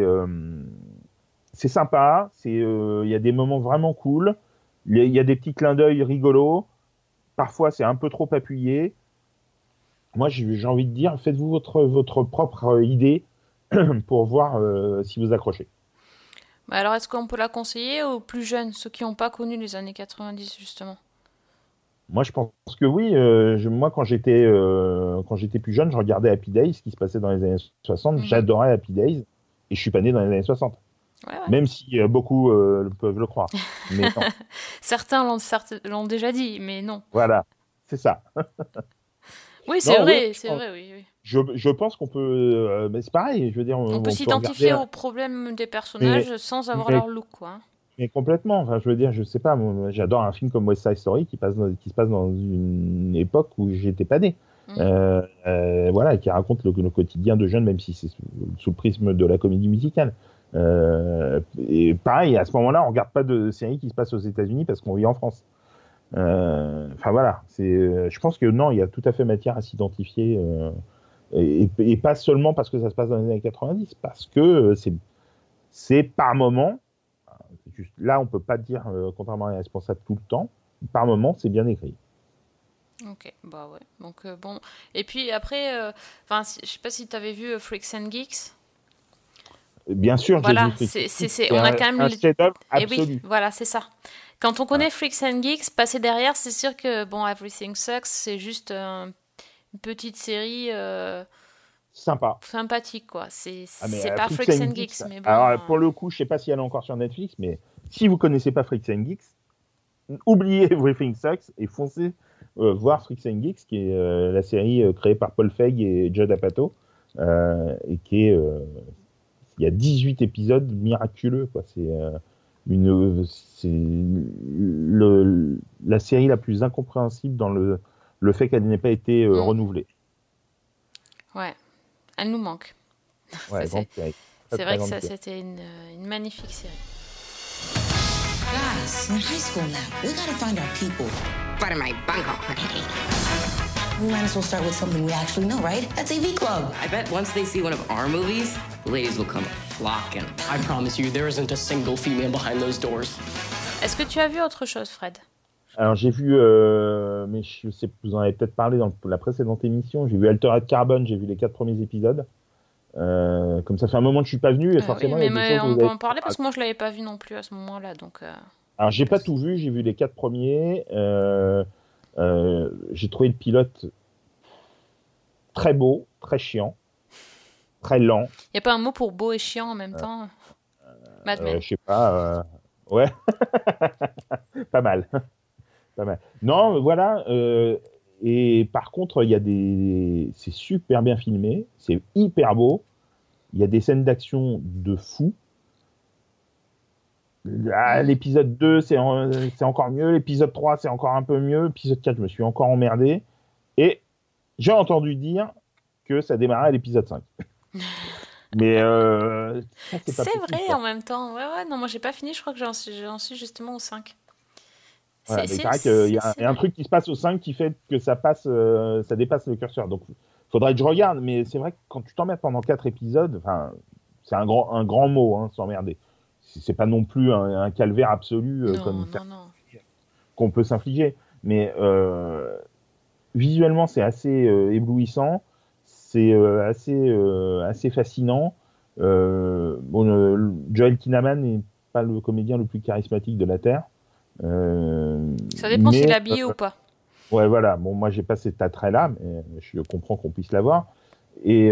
sympa. Il y a des moments vraiment cool. Il y a des petits clins d'œil rigolos. Parfois, c'est un peu trop appuyé. Moi, j'ai envie de dire, faites-vous votre propre idée pour voir si vous accrochez. Alors, est-ce qu'on peut la conseiller aux plus jeunes, ceux qui n'ont pas connu les années 90, justement ? Moi, je pense que oui. Moi, quand j'étais plus jeune, je regardais Happy Days, ce qui se passait dans les années 60. J'adorais Happy Days, et je suis pas né dans les années 60. Ouais. Même si beaucoup peuvent le croire. Mais non. Certains l'ont déjà dit, mais non. Voilà, c'est ça. Oui, c'est vrai, oui. Je pense qu'on peut... mais c'est pareil, je veux dire... On peut s'identifier aux problèmes des personnages sans avoir leur look, quoi. Mais complètement. Enfin, je veux dire, je sais pas, moi, j'adore un film comme West Side Story qui se passe dans une époque où j'étais pas né. Voilà, qui raconte le quotidien de jeunes, même si c'est sous le prisme de la comédie musicale. Et pareil, à ce moment-là, on regarde pas de séries qui se passent aux États-Unis parce qu'on vit en France. Enfin voilà, je pense que non, il y a tout à fait matière à s'identifier et pas seulement parce que ça se passe dans les années 90, parce que c'est par moment. Là, on peut pas dire contrairement à Irresponsable tout le temps. Par moment, c'est bien écrit. Ok, bah ouais. Donc bon. Et puis après, je sais pas si tu avais vu Freaks and Geeks. Bien sûr, voilà, j'ai vu. On a quand même un chef-d'œuvre absolu. Et oui, voilà, c'est ça. Quand on connaît Freaks and Geeks, passer derrière, c'est sûr que bon, Everything Sucks, c'est juste une petite série sympathique, quoi. C'est pas Freaks and Geeks, mais bon. Alors pour le coup, je sais pas si elle est encore sur Netflix, mais si vous connaissez pas Freaks and Geeks, oubliez Everything Sucks et foncez voir Freaks and Geeks, qui est la série créée par Paul Feig et Judd Apatow, et qui est il y a 18 épisodes miraculeux, quoi. C'est la série la plus incompréhensible dans le fait qu'elle n'ait pas été renouvelée. Ouais, elle nous manque. Ouais, c'est vrai que ça, c'était une magnifique série. Guys, we're in high school now. We gotta find our people. But in my bunko. We might as well start with something we actually know, right? That's AV Club. I bet once they see one of our movies, the ladies will come flocking. I promise you, there isn't a single female behind those doors. Est-ce que tu as vu autre chose, Fred ? Alors j'ai vu, mais je sais, vous en avez peut-être parlé dans la précédente émission, j'ai vu Altered Carbon, j'ai vu les 4 premiers épisodes. Comme ça fait un moment que je suis pas venu et forcément oui, il y a des mais choses on que peut vous en parler parce que moi je l'avais pas vu non plus à ce moment-là, donc. Alors j'ai pas tout vu, j'ai vu les 4 premiers. J'ai trouvé le pilote très beau, très chiant, très lent. Y a pas un mot pour beau et chiant en même temps? Mad Men. Je sais pas. Ouais, pas mal, pas mal. Non, voilà. Et par contre, c'est super bien filmé, c'est hyper beau. Il y a des scènes d'action de fou. L'épisode 2, c'est encore mieux. L'épisode 3, c'est encore un peu mieux. L'épisode 4, je me suis encore emmerdé. Et j'ai entendu dire que ça démarrait à l'épisode 5. Mais ça, c'est pas C'est possible, vrai quoi. en même temps. Ouais, non, moi j'ai pas fini, je crois que j'en suis justement au 5. Voilà, mais il paraît qu'il y a un truc qui se passe au 5 qui fait que ça dépasse le curseur. Donc, faudrait que je regarde. Mais c'est vrai que quand tu t'emmerdes pendant 4 épisodes, c'est un grand mot, hein, s'emmerder. C'est pas non plus un calvaire absolu Non. qu'on peut s'infliger. Mais visuellement, c'est assez éblouissant. C'est assez fascinant. Joel Kinnaman n'est pas le comédien le plus charismatique de la Terre. Ça dépend s'il est habillé ou pas. Ouais, voilà. Bon, moi, j'ai pas cet attrait-là, mais je comprends qu'on puisse l'avoir. Et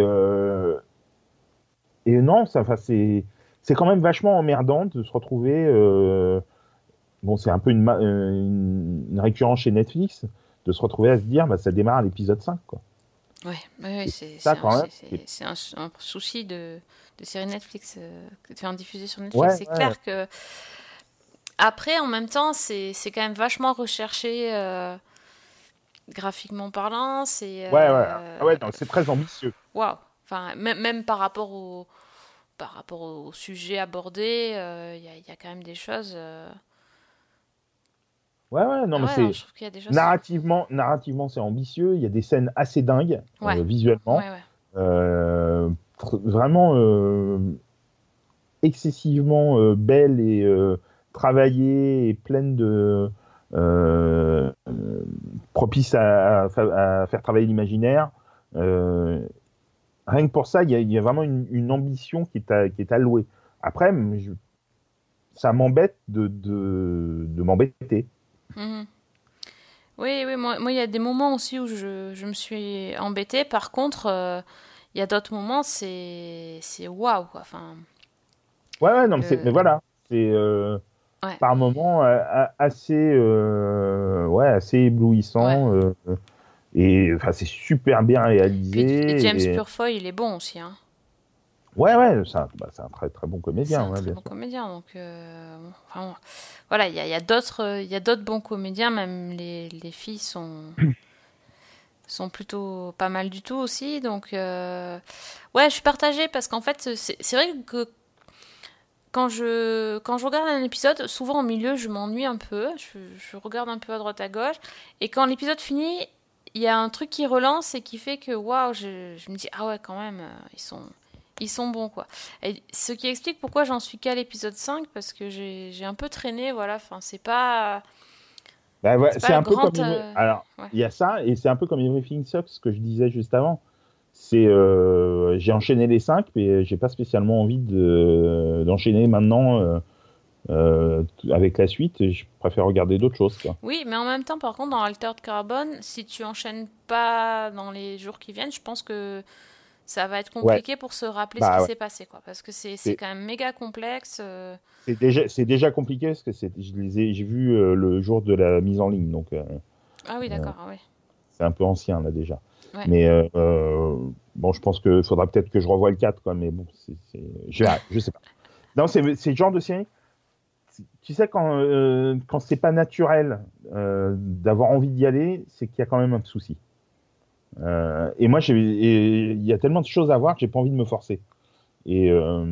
non, c'est quand même vachement emmerdant de se retrouver. Bon, c'est un peu une récurrence chez Netflix de se retrouver à se dire, ça démarre à l'épisode 5, quoi. Ouais, c'est un souci de série Netflix qui est diffusée sur Netflix. C'est clair que après, en même temps, c'est quand même vachement recherché graphiquement parlant. C'est non, c'est très ambitieux. Waouh. Enfin, même par rapport au sujet abordé, il y a quand même des choses. Non, mais je trouve qu'il y a des choses... narrativement, c'est ambitieux. Il y a des scènes assez dingues visuellement. Vraiment excessivement belles et travaillées et pleines de propices à faire travailler l'imaginaire. Rien que pour ça, il y a vraiment une ambition qui est allouée. Après, ça m'embête de m'embêter. Mmh. Oui, moi, il y a des moments aussi où je me suis embêtée. Par contre, il y a d'autres moments, c'est waouh, quoi. Enfin, non, mais voilà, c'est par moments assez éblouissant. Et enfin, c'est super bien réalisé. Puis, James Purefoy, il est bon aussi, hein. C'est un très très bon comédien. C'est un très bon comédien, donc voilà, il y a d'autres bons comédiens, même les filles sont plutôt pas mal du tout aussi, donc je suis partagée parce qu'en fait c'est vrai que quand je regarde un épisode, souvent au milieu je m'ennuie un peu, je regarde un peu à droite à gauche, et quand l'épisode finit, il y a un truc qui relance et qui fait que waouh, je me dis ah ouais, quand même, ils sont bons, quoi. Et ce qui explique pourquoi j'en suis qu'à l'épisode 5, parce que j'ai un peu traîné, voilà. Enfin, c'est pas... c'est un peu comme... Alors, il y a ça, et c'est un peu comme Everything Sucks, ce que je disais juste avant. C'est... j'ai enchaîné les 5, mais j'ai pas spécialement envie d'enchaîner maintenant avec la suite. Je préfère regarder d'autres choses, quoi. Oui, mais en même temps, par contre, dans Altered Carbon, si tu enchaînes pas dans les jours qui viennent, je pense que ça va être compliqué pour se rappeler ce qui s'est passé, quoi, parce que c'est quand même méga complexe. C'est déjà compliqué parce que j'ai vu le jour de la mise en ligne, donc. Ah oui, d'accord, oui. C'est un peu ancien là déjà. Ouais. Mais bon, je pense qu'il faudra peut-être que je revoie le 4, quoi. Mais bon, je sais pas. Non, c'est le genre de série. Tu sais, quand c'est pas naturel d'avoir envie d'y aller, c'est qu'il y a quand même un souci. Et moi, il y a tellement de choses à voir que j'ai pas envie de me forcer. Et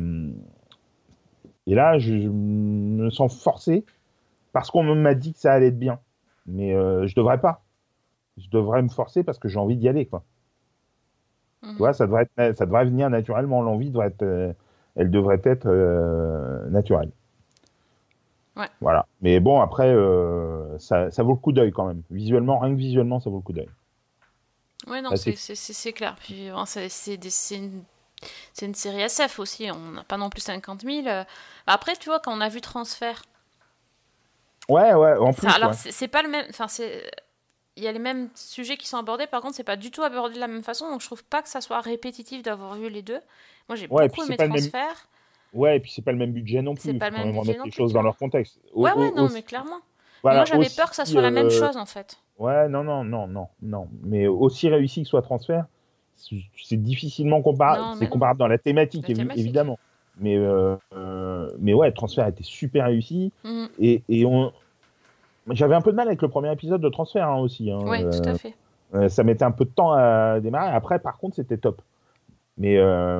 là, je me sens forcé parce qu'on m'a dit que ça allait être bien. Mais je devrais pas. Je devrais me forcer parce que j'ai envie d'y aller, quoi. Tu vois, ça devrait venir naturellement. L'envie elle devrait être naturelle. Ouais. Voilà. Mais bon, après, ça vaut le coup d'œil quand même. Visuellement, rien que visuellement, ça vaut le coup d'œil. Ouais, non, c'est clair. Puis, c'est C'est une série SF aussi, on n'a pas non plus 50 000. Après, tu vois, quand on a vu Transfert... Ouais, en plus. Alors, ouais. c'est pas le même... Enfin, il y a les mêmes sujets qui sont abordés, par contre, c'est pas du tout abordé de la même façon, donc je trouve pas que ça soit répétitif d'avoir vu les deux. Moi, j'ai beaucoup aimé Transfert. Ouais, et puis c'est pas le même budget non plus. C'est pas le même budget remettre non les plus. choses dans leur contexte. Ouais, non, mais clairement. Voilà, moi, j'avais aussi, peur que ça soit la même chose, en fait. Ouais, non. Mais aussi réussi que soit Transfert, c'est difficilement comparable. C'est comparable dans la thématique, évidemment. Mais ouais, Transfert était super réussi. Et j'avais un peu de mal avec le premier épisode de Transfert aussi. Hein. Oui, tout à fait. Ça mettait un peu de temps à démarrer. Après, par contre, c'était top. Mais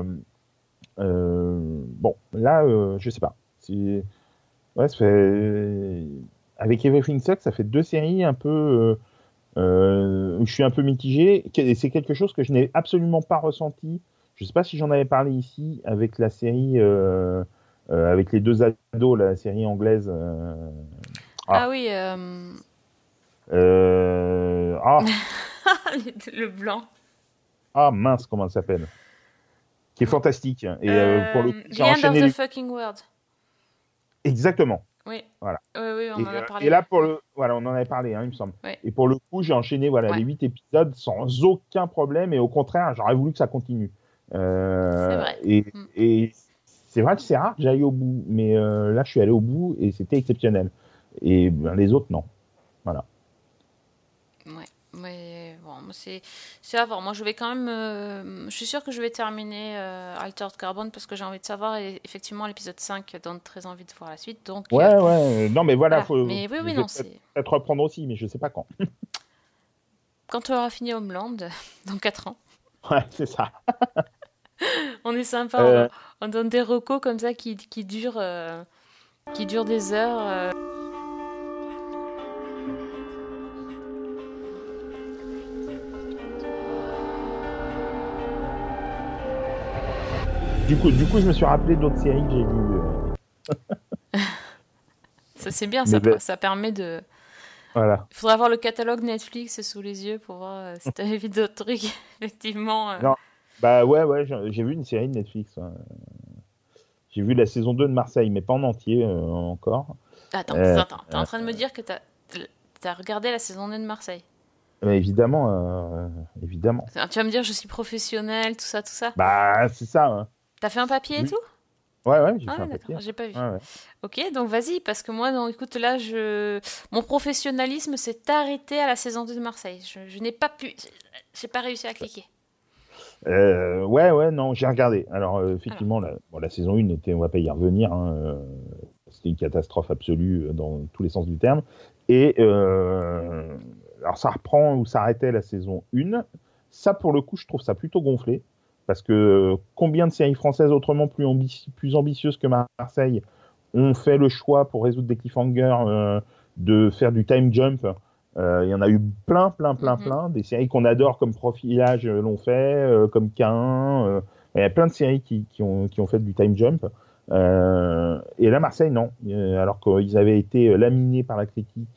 bon, là, je sais pas. Ouais, ça fait... Avec Everything Sucks, ça fait 2 séries un peu où je suis un peu mitigé. Et c'est quelque chose que je n'ai absolument pas ressenti. Je sais pas si j'en avais parlé ici avec la série avec les 2 ados, la série anglaise. Oui. Le blanc. Ah mince, comment elle s'appelle? Qui est fantastique. Et pour le coup, The End of the Fucking World. Exactement. Oui. Voilà. Oui, on en a parlé. Et là, voilà, on en avait parlé, il me semble. Ouais. Et pour le coup, j'ai enchaîné les 8 épisodes sans aucun problème. Et au contraire, j'aurais voulu que ça continue. C'est vrai. Et c'est vrai que c'est rare que j'aille au bout. Mais là, je suis allé au bout et c'était exceptionnel. Et les autres, non. Voilà. Ouais. Mais bon, c'est à voir. Moi, je vais quand même... je suis sûre que je vais terminer Altered Carbon parce que j'ai envie de savoir. Et effectivement, l'épisode 5 donne très envie de voir la suite. Donc, ouais. Non, mais voilà. Faut, mais oui, non, c'est... Peut-être reprendre aussi, mais je sais pas quand. Quand tu auras fini Homeland, dans 4 ans. Ouais, c'est ça. On est sympa. On donne des recos comme ça qui durent des heures. Du coup, je me suis rappelé d'autres séries que j'ai vues. Ça, c'est bien, ça permet de... Voilà. Il faudrait avoir le catalogue Netflix sous les yeux pour voir si t'avais vu d'autres trucs, effectivement. Non, bah ouais, j'ai vu une série de Netflix. J'ai vu la saison 2 de Marseille, mais pas en entier encore. Attends, t'es en train de me dire que t'as regardé la saison 2 de Marseille? Évidemment. Tu vas me dire, je suis professionnel, tout ça? Bah, c'est ça. Hein. T'as fait un papier et tout? Ouais, j'ai fait un papier. J'ai pas vu. Ouais. Ok, donc vas-y, parce que moi, écoute, là, mon professionnalisme s'est arrêté à la saison 2 de Marseille. Je n'ai pas pu... J'ai pas réussi à cliquer. Non, j'ai regardé. Alors, effectivement, la saison 1 on va pas y revenir. Hein, c'était une catastrophe absolue dans tous les sens du terme. Et alors, ça reprend où s'arrêtait la saison 1. Ça, pour le coup, je trouve ça plutôt gonflé. Parce que combien de séries françaises autrement plus ambitieuses que Marseille ont fait le choix pour résoudre des cliffhangers de faire du time jump. Il y en a eu plein. Des séries qu'on adore comme Profilage l'ont fait, comme K1. Il y a plein de séries qui ont fait du time jump. Et là, Marseille, non. Alors qu'ils avaient été laminés par la critique.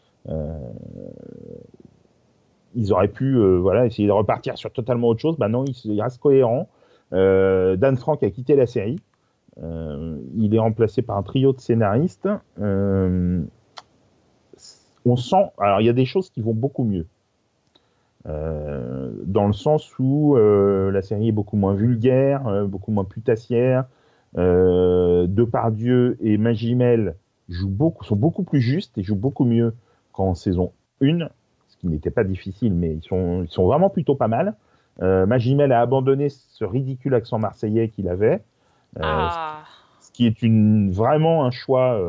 Ils auraient pu essayer de repartir sur totalement autre chose. Bah non, ils restent cohérents. Dan Frank a quitté la série. Il est remplacé par un trio de scénaristes. On sent... Alors, il y a des choses qui vont beaucoup mieux. Dans le sens où la série est beaucoup moins vulgaire, beaucoup moins putassière. Depardieu et Magimel sont beaucoup plus justes et jouent beaucoup mieux qu'en saison 1. Qui n'était pas difficile, mais ils sont vraiment plutôt pas mal. Magimel a abandonné ce ridicule accent marseillais qu'il avait, ce qui est vraiment un choix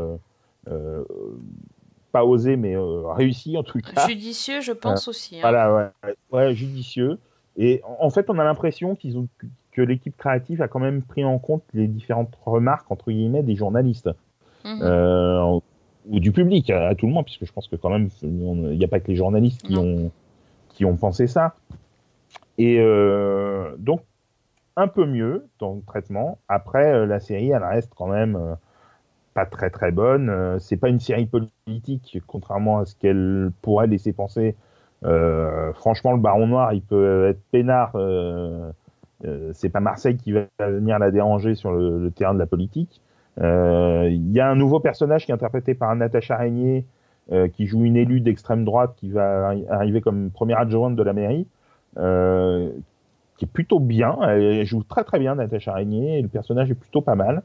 pas osé, mais réussi en tout cas. Judicieux, je pense aussi. Hein. Voilà, ouais, judicieux. Et en fait, on a l'impression que l'équipe créative a quand même pris en compte les différentes remarques, entre guillemets, des journalistes. Ou du public, à tout le monde, puisque je pense que quand même, il n'y a pas que les journalistes qui ont pensé ça. Et donc, un peu mieux dans le traitement. Après, la série, elle reste quand même pas très très bonne. C'est pas une série politique, contrairement à ce qu'elle pourrait laisser penser. Franchement, le Baron Noir, il peut être peinard c'est pas Marseille qui va venir la déranger sur le terrain de la politique. Il y a un nouveau personnage qui est interprété par Natacha Régnier, qui joue une élue d'extrême droite qui va arriver comme première adjointe de la mairie, qui est plutôt bien. Elle joue très très bien, Natacha Régnier, et le personnage est plutôt pas mal.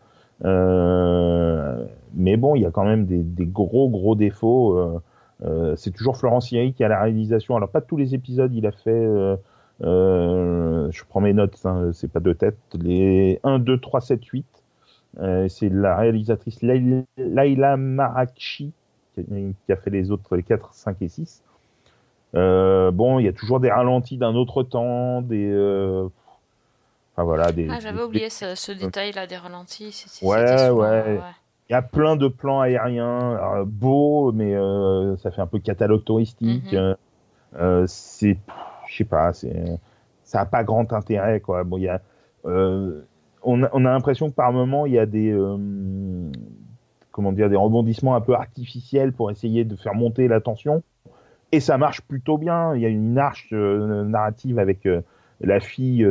Mais bon, il y a quand même des gros défauts. C'est toujours Florent Sierry qui a la réalisation. Alors pas tous les épisodes, il a fait... je prends mes notes, hein, c'est pas de tête. Les 1, 2, 3, 7, 8. C'est la réalisatrice Laila Marakchi qui a fait les autres, les 4, 5 et 6. Bon, il y a toujours des ralentis d'un autre temps, enfin voilà, j'avais oublié ce détail-là des ralentis. Ouais. Il y a plein de plans aériens beaux, mais ça fait un peu catalogue touristique. Je sais pas, ça a pas grand intérêt, quoi. Bon, il y a, on a l'impression que par moment il y a des rebondissements un peu artificiels pour essayer de faire monter la tension, et ça marche plutôt bien. Il y a une arche narrative avec la fille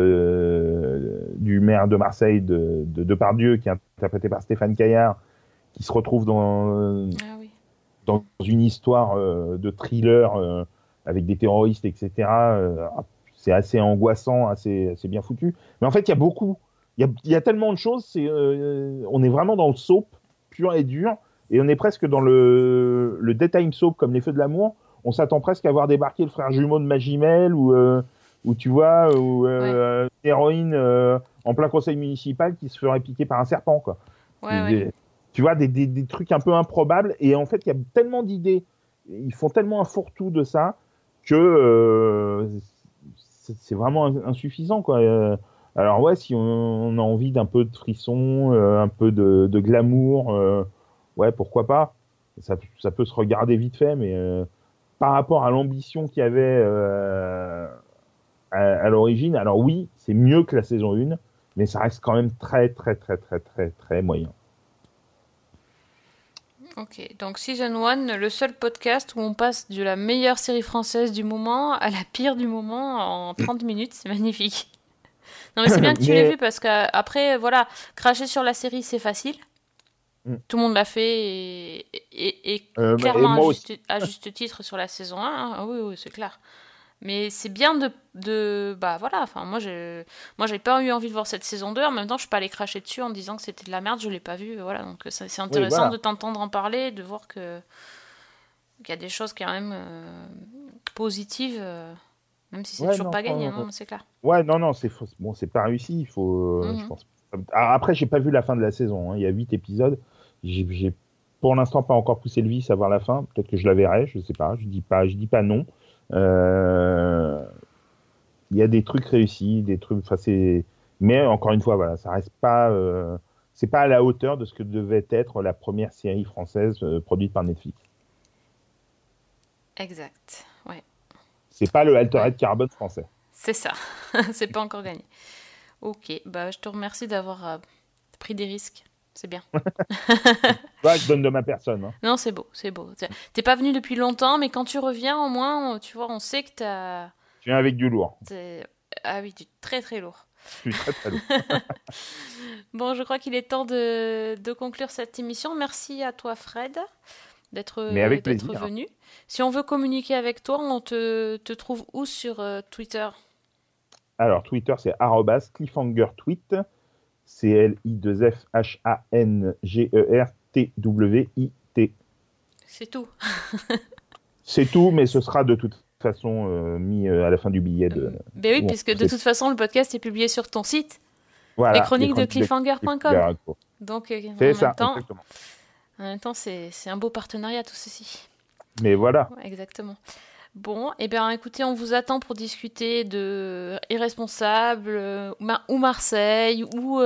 du maire de Marseille, de Depardieu, qui est interprétée par Stéphane Caillard, qui se retrouve dans une histoire de thriller avec des terroristes, etc. C'est assez angoissant, assez bien foutu. Mais en fait, il y a tellement de choses. On est vraiment dans le soap pur et dur, et on est presque dans le daytime soap comme Les Feux de l'amour. On s'attend presque à voir débarquer le frère jumeau de Magimel ou tu vois, une héroïne en plein conseil municipal qui se ferait piquer par un serpent, quoi. Tu vois, des trucs un peu improbables, et en fait, il y a tellement d'idées, ils font tellement un fourre-tout de ça que c'est vraiment insuffisant, quoi. Alors ouais, si on a envie d'un peu de frisson, un peu de glamour, ouais, pourquoi pas. Ça peut se regarder vite fait, mais par rapport à l'ambition qu'il y avait à l'origine, alors oui, c'est mieux que la saison 1, mais ça reste quand même très moyen. Ok, donc Season 1, le seul podcast où on passe de la meilleure série française du moment à la pire du moment en 30 minutes, c'est magnifique. Non mais c'est bien que tu l'aies vu, parce qu'après, voilà, cracher sur la série c'est facile. Tout le monde l'a fait, et clairement à juste titre sur la saison 1, hein. Oui, c'est clair. Mais c'est bien bah voilà, enfin moi j'ai pas eu envie de voir cette saison 2, en même temps je suis pas allée cracher dessus en disant que c'était de la merde, je l'ai pas vu, voilà, donc c'est intéressant de t'entendre en parler, de voir qu'il y a des choses quand même positives, même si c'est toujours pas gagné, non, c'est clair. Ouais, non, c'est pas réussi, il faut, je pense. Après, j'ai pas vu la fin de la saison, hein. Il y a 8 épisodes, j'ai pour l'instant pas encore poussé le vice à voir la fin, peut-être que je la verrai, je sais pas, je dis pas non. Il y a des trucs réussis, des trucs, mais encore une fois, voilà, ça reste pas, c'est pas à la hauteur de ce que devait être la première série française produite par Netflix. Exact, ouais. C'est pas le Altered Carbone français. C'est ça, c'est pas encore gagné. Ok, bah je te remercie d'avoir pris des risques. C'est bien. Ouais, je donne de ma personne. Hein. Non, c'est beau. T'es pas venu depuis longtemps, mais quand tu reviens, au moins, tu vois, on sait que t'as... Tu viens avec du lourd. Ah oui, du très très lourd. Je suis très lourd. Bon, je crois qu'il est temps de conclure cette émission. Merci à toi, Fred, d'être venu. Si on veut communiquer avec toi, on te trouve où sur Twitter ? Alors, Twitter, c'est @cliffhangertweet. CLIFFHANGERTWIT. C'est tout. C'est tout, mais ce sera de toute façon mis à la fin du billet. Ben oui, puisque de toute façon, le podcast est publié sur ton site. Voilà, les chroniques de cliffhanger.com. Donc, en même temps, c'est un beau partenariat, tout ceci. Mais voilà. Ouais, exactement. Bon, eh bien, écoutez, on vous attend pour discuter de Irresponsable, ou Marseille, ou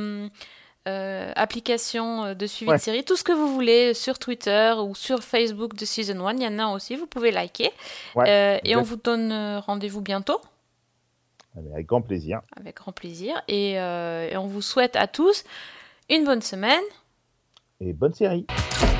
application de suivi de série, tout ce que vous voulez sur Twitter ou sur Facebook de Season 1. Il y en a aussi, vous pouvez liker. Et on vous donne rendez-vous bientôt. Avec grand plaisir. Avec grand plaisir. Et on vous souhaite à tous une bonne semaine. Et bonne série.